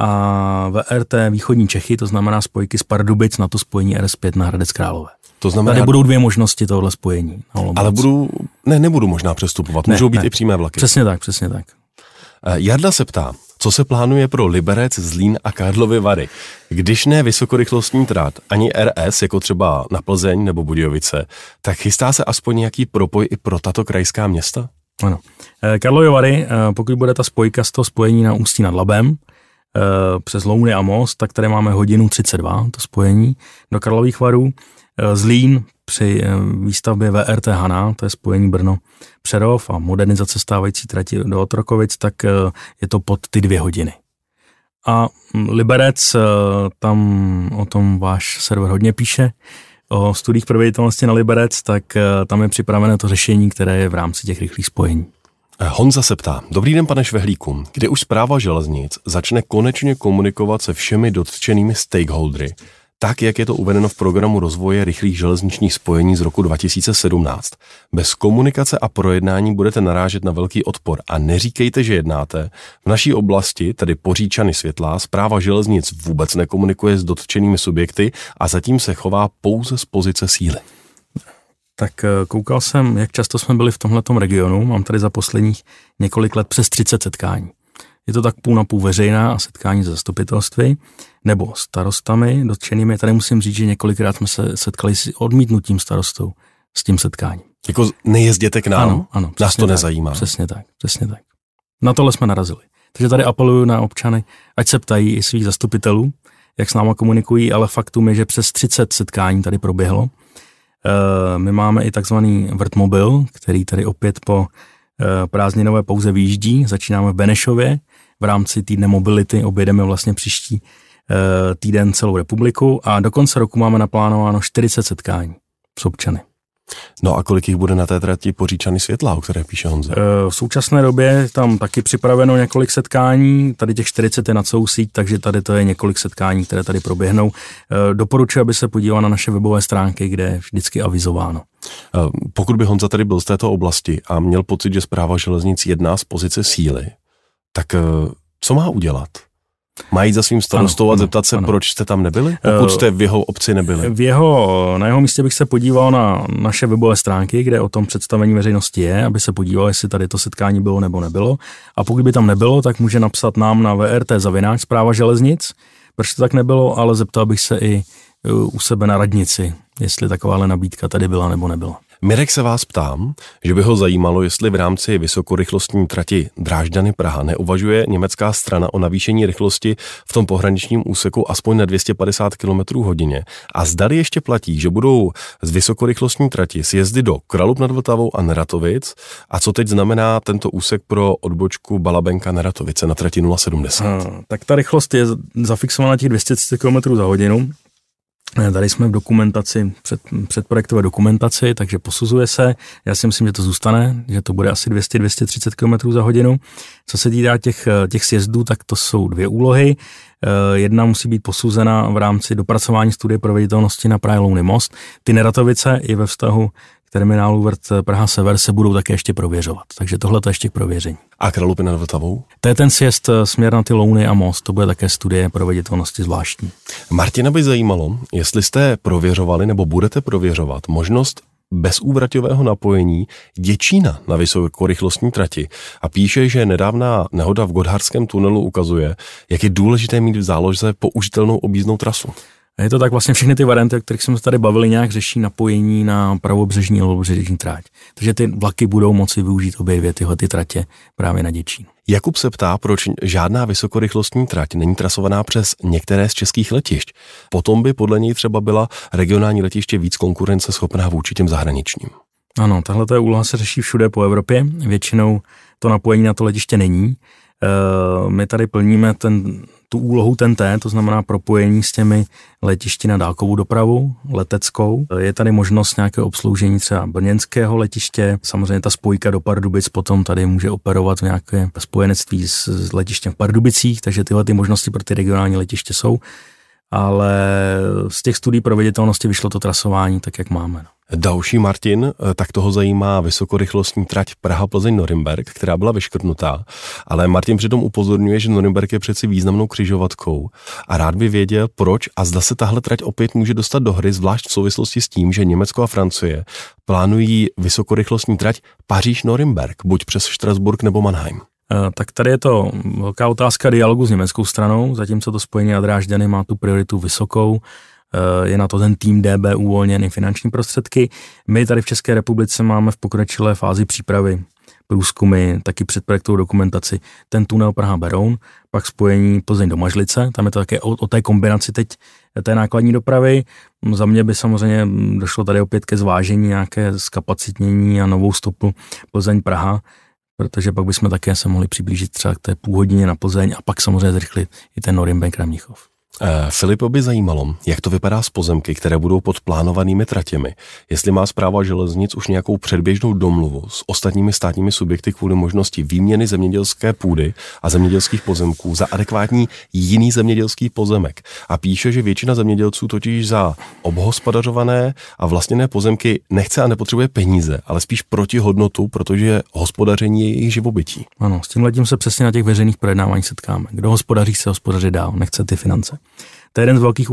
a V R T východní Čechy, to znamená spojky z Pardubic na to spojení R S pět na Hradec Králové. To znamená, tady budou dvě možnosti tohle spojení. Ale budu, ne, nebudu možná přestupovat, můžou ne, být ne. i přímé vlaky. Přesně tak, přesně tak. Jarda se ptá, co se plánuje pro Liberec, Zlín a Karlovy Vary. Když ne vysokorychlostní trať, ani R S, jako třeba na Plzeň nebo Budějovice, tak chystá se aspoň nějaký propoj i pro tato krajská města? Ano. Karlovy Vary, pokud bude ta spojka z toho spojení na Ústí nad Labem, přes Louny a Most, tak tady máme hodinu třicet dva, to spojení do Karlových Varů. Zlín při výstavbě V R T Hana, to je spojení Brno-Přerov a modernizace stávající trati do Otrokovic, tak je to pod ty dvě hodiny. A Liberec, tam o tom váš server hodně píše, o studiích proveditelnosti na Liberec, tak tam je připravené to řešení, které je v rámci těch rychlých spojení. Honza se ptá: Dobrý den, pane Švehlíku, kdy už Správa železnic začne konečně komunikovat se všemi dotčenými stakeholdery, tak, jak je to uvedeno v programu rozvoje rychlých železničních spojení z roku dva tisíce sedmnáct. Bez komunikace a projednání budete narážet na velký odpor a neříkejte, že jednáte. V naší oblasti, tedy Poříčany Světlá, Správa železnic vůbec nekomunikuje s dotčenými subjekty a zatím se chová pouze z pozice síly. Tak koukal jsem, jak často jsme byli v tomhletom regionu. Mám tady za posledních několik let přes třicet setkání. Je to tak půl na půl veřejná a setkání se zastupitelství nebo starostami dotčenými. Tady musím říct, že několikrát jsme se setkali s odmítnutím starostou s tím setkáním. Jako nejezděte k nám? Ano, ano. Nás to nezajímá. Tak, přesně tak, přesně tak. Na tohle jsme narazili. Takže tady apeluju na občany, ať se ptají i svých zastupitelů, jak s náma komunikují, ale faktum je, že přes třicet setkání tady proběhlo. E, my máme i takzvaný vrtmobil, který tady opět po e, prázdninové pauze vyjíždí. Začínáme v Benešově. V rámci týdne mobility objedeme vlastně příští e, týden celou republiku a do konce roku máme naplánováno čtyřicet setkání s občany. No a kolik jich bude na té trati Poříčany Světlá, o které píše Honza? V současné době tam taky připraveno několik setkání, tady těch čtyřicet je na celou síť, takže tady to je několik setkání, které tady proběhnou. Doporučuji, aby se podíval na naše webové stránky, kde je vždycky avizováno. Pokud by Honza tady byl z této oblasti a měl pocit, že Správa železnic jedná z pozice síly, tak co má udělat? Má jít za svým starostou a zeptat se, ano. Proč jste tam nebyli? Pokud jste v jeho obci nebyli. V jeho, na jeho místě bych se podíval na naše webové stránky, kde o tom představení veřejnosti je, aby se podíval, jestli tady to setkání bylo nebo nebylo. A pokud by tam nebylo, tak může napsat nám na V R T zavináč Správa železnic, proč to tak nebylo, ale zeptal bych se i u sebe na radnici, jestli takováhle nabídka tady byla nebo nebyla. Mirek se vás ptám, že by ho zajímalo, jestli v rámci vysokorychlostní trati Drážďany Praha neuvažuje německá strana o navýšení rychlosti v tom pohraničním úseku aspoň na dvě stě padesát kilometrů hodině a zdali ještě platí, že budou z vysokorychlostní trati sjezdy do Kralub nad Vltavou a Neratovic a co teď znamená tento úsek pro odbočku Balabenka Neratovice na trati nula sedmdesát. Hmm, tak ta rychlost je zafixována těch dvě stě třicet kilometrů za hodinu. Tady jsme v dokumentaci, před, předprojektové dokumentaci, takže posuzuje se. Já si myslím, že to zůstane, že to bude asi dvě stě až dvě stě třicet kilometrů za hodinu. Co se týká těch, těch sjezdů, tak to jsou dvě úlohy. Jedna musí být posouzena v rámci dopracování studie proveditelnosti na Praha Louny Most. Ty Neratovice i ve vztahu k terminálu Vrt Praha Sever se budou také ještě prověřovat. Takže tohle to ještě k prověření. A Kralupy nad Vltavou? To je ten sjezd směr na ty Louny a most, to bude také studie proveditelnosti zvláštní. Martina by zajímalo, jestli jste prověřovali nebo budete prověřovat možnost bezúvraťového napojení Děčína na vysokorychlostní trati a píše, že nedávná nehoda v Gotthardském tunelu ukazuje, jak je důležité mít v záloze použitelnou objízdnou trasu. A je to tak vlastně všechny ty varianty, o kterých jsme se tady bavili, nějak řeší napojení na pravobřežní a levobřežní trať. Takže ty vlaky budou moci využít obě dvě tyhle ty tratě právě na Děčín. Jakub se ptá, proč žádná vysokorychlostní trať není trasovaná přes některé z českých letišť. Potom by podle něj třeba byla regionální letiště víc konkurenceschopná vůči těm zahraničním. Ano, tahle úloha se řeší všude po Evropě. Většinou to napojení na to letiště není. E, my tady plníme ten, tu úlohu T N T, to znamená propojení s těmi letišti na dálkovou dopravu, leteckou. Je tady možnost nějakého obsloužení třeba brněnského letiště. Samozřejmě ta spojka do Pardubic potom tady může operovat v nějaké spojenectví s, s letištěm v Pardubicích, takže tyhle ty možnosti pro ty regionální letiště jsou. Ale z těch studií proveditelnosti vyšlo to trasování tak, jak máme. Další Martin, tak toho zajímá vysokorychlostní trať Praha-Plzeň-Norimberk, která byla vyškrtnutá, ale Martin přitom upozorňuje, že Norimberk je přeci významnou křižovatkou a rád by věděl, proč a zda se tahle trať opět může dostat do hry, zvlášť v souvislosti s tím, že Německo a Francie plánují vysokorychlostní trať Paříž-Norimberk, buď přes Štrasburk nebo Mannheim. Tak tady je to velká otázka dialogu s německou stranou, zatímco to spojení Jadra-Žďany má tu prioritu vysokou, je na to ten tým D B uvolněný finanční prostředky. My tady v České republice máme v pokročilé fázi přípravy průzkumy, taky předprojektovou dokumentaci, ten tunel Praha-Beroun, pak spojení Plzeň do Mažlice, tam je to také o, o té kombinaci teď té nákladní dopravy. Za mě by samozřejmě došlo tady opět ke zvážení nějaké zkapacitnění a novou stopu Plzeň-Praha, protože pak bychom také se mohli přiblížit třeba k té půl hodině na Plzeň a pak samozřejmě zrychlit i ten Norimberk a Mnichov. Eh, Filipo by zajímalo, jak to vypadá s pozemky, které budou pod plánovanými tratěmi. Jestli má Správa železnic už nějakou předběžnou domluvu s ostatními státními subjekty kvůli možnosti výměny zemědělské půdy a zemědělských pozemků za adekvátní jiný zemědělský pozemek. A píše, že většina zemědělců totiž za obhospodařované a vlastněné pozemky nechce a nepotřebuje peníze, ale spíš protihodnotu, protože hospodaření je jejich živobytí. Ano, s tímhletím se přesně na těch veřejných projednáváních setkáme. Kdo hospodaří, se hospodaří dál, nechce ty finance. To je jeden z velkých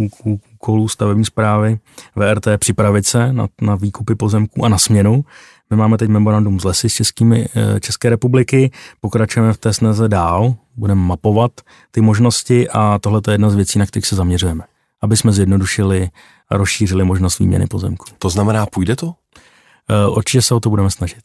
úkolů stavební správy V R T připravit se na, na výkupy pozemků a na směnu. My máme teď memorandum s lesy z Českými, České republiky, pokračujeme v té snaze dál, budeme mapovat ty možnosti a tohle je jedna z věcí, na kterých se zaměřujeme, aby jsme zjednodušili a rozšířili možnost výměny pozemků. To znamená, půjde to? Určitě se o to budeme snažit.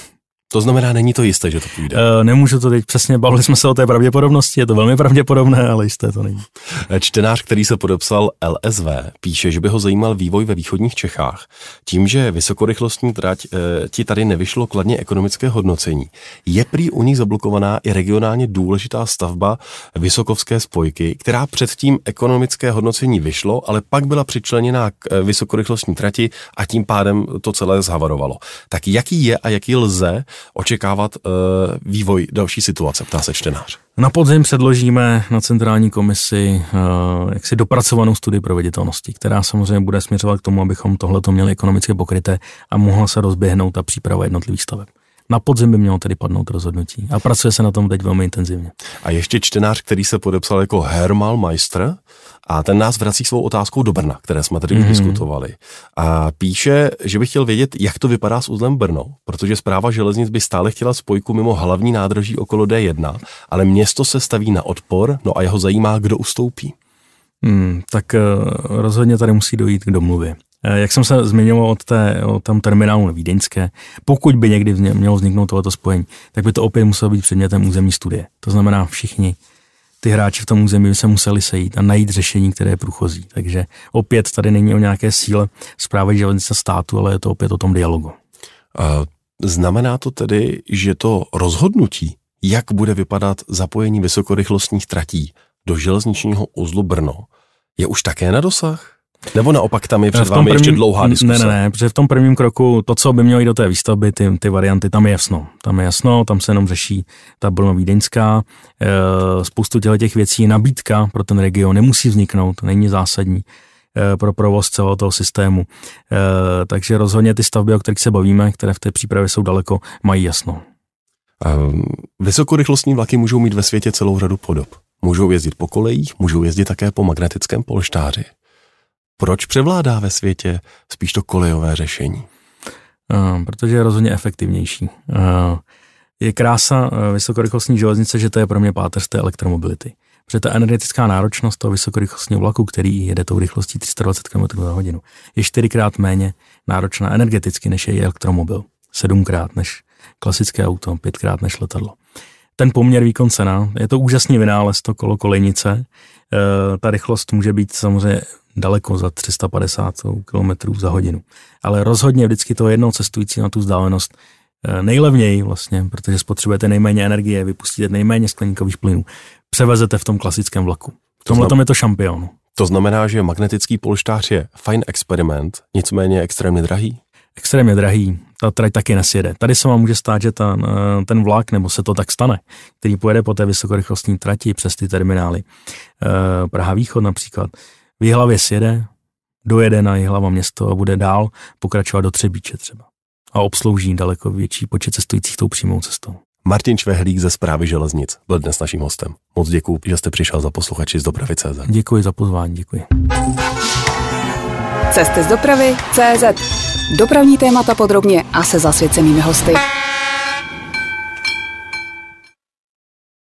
To znamená, není to jisté, že to půjde? E, nemůžu to teď přesně, bavili jsme se o té pravděpodobnosti, je to velmi pravděpodobné, ale jisté to není. Čtenář, který se podepsal L S V, píše, že by ho zajímal vývoj ve východních Čechách. Tím, že vysokorychlostní trať e, ti tady nevyšlo kladně ekonomické hodnocení, je prý u nich zablokovaná i regionálně důležitá stavba Vysokovské spojky, která předtím ekonomické hodnocení vyšlo, ale pak byla přičleněná k vysokorychlostní trati a tím pádem to celé zhavarovalo. Tak jaký je a jaký lze očekávat uh, vývoj další situace, ptá se čtenář. Na podzim předložíme na centrální komisi uh, jaksi dopracovanou studii proveditelnosti, která samozřejmě bude směřovat k tomu, abychom tohleto měli ekonomicky pokryté a mohla se rozběhnout ta příprava jednotlivých staveb. Na podzim by mělo tedy padnout rozhodnutí a pracuje se na tom teď velmi intenzivně. A ještě čtenář, který se podepsal jako Hermal Meister a ten nás vrací svou otázkou do Brna, které jsme tady mm-hmm. diskutovali. A píše, že by chtěl vědět, jak to vypadá s uzlem Brno, protože Správa železnic by stále chtěla spojku mimo hlavní nádraží okolo D jedna, ale město se staví na odpor, no a jeho zajímá, kdo ustoupí. Hmm, tak uh, rozhodně tady musí dojít k domluvě. Jak jsem se zmiňoval od té, o tom terminálu vídeňské, pokud by někdy mělo vzniknout tohleto spojení, tak by to opět muselo být předmětem územní studie. To znamená, všichni ty hráči v tom území by se museli sejít a najít řešení, které je průchozí. Takže opět tady není o nějaké síle Správy železnic státu, ale je to opět o tom dialogu. Znamená to tedy, že to rozhodnutí, jak bude vypadat zapojení vysokorychlostních tratí do železničního uzlu Brno, je už také na dosah? Nebo naopak tam je před vámi prvním, ještě dlouhá diskuse? Ne, ne, ne, protože v tom prvním kroku to, co by mělo jít do té výstavby, ty, ty varianty, tam je jasno. Tam je jasno, tam se jenom řeší ta Brno-Vídeňská. E, spoustu těch věcí, nabídka pro ten region nemusí vzniknout, není zásadní. pro provoz celého toho systému. Takže rozhodně ty stavby, o kterých se bavíme, které v té přípravě jsou daleko, mají jasno. Vysokorychlostní vlaky můžou mít ve světě celou řadu podob. Můžou jezdit po kolejích, můžou jezdit také po magnetickém polštáři. Proč převládá ve světě spíš to kolejové řešení? Protože je rozhodně efektivnější. Je krása vysokorychlostní železnice, že to je pro mě páteř té elektromobility. Protože ta energetická náročnost toho vysokorychlostního vlaku, který jede tou rychlostí tři sta dvacet kilometrů za hodinu, je čtyřikrát méně náročná energeticky, než je elektromobil. Sedmkrát než klasické auto, pětkrát než letadlo. Ten poměr výkon cena, je to úžasný vynález, to kolo kolejnice. E, ta rychlost může být samozřejmě daleko za tři sta padesát kilometrů za hodinu. Ale rozhodně vždycky to jednou cestující na tu vzdálenost e, nejlevněji vlastně, protože spotřebujete nejméně energie, vypustíte nejméně skleníkových plynů, převezete v tom klasickém vlaku. V tomhle tom je to šampion. To znamená, že magnetický polštář je fajn experiment, nicméně extrémně drahý? Extrémně drahý, ta trať taky nesjede. Tady se vám může stát, že ta, ten vlak, nebo se to tak stane, který pojede po té vysokorychlostní trati přes ty terminály. E, Praha Východ například. V Jihlavě sjede, dojede na Jihlava město a bude dál pokračovat do Třebíče třeba. A obslouží daleko větší počet cestujících tou přímou cestou. Martin Švehlík ze Správy železnic byl dnes naším hostem. Moc děkuji, že jste přišel za posluchači z Dopravy tečka cé zet. Děkuji za pozvání, děkuji. Cesty z dopravy tečka cé zet. Dopravní témata podrobně a se zasvěcenými hosty.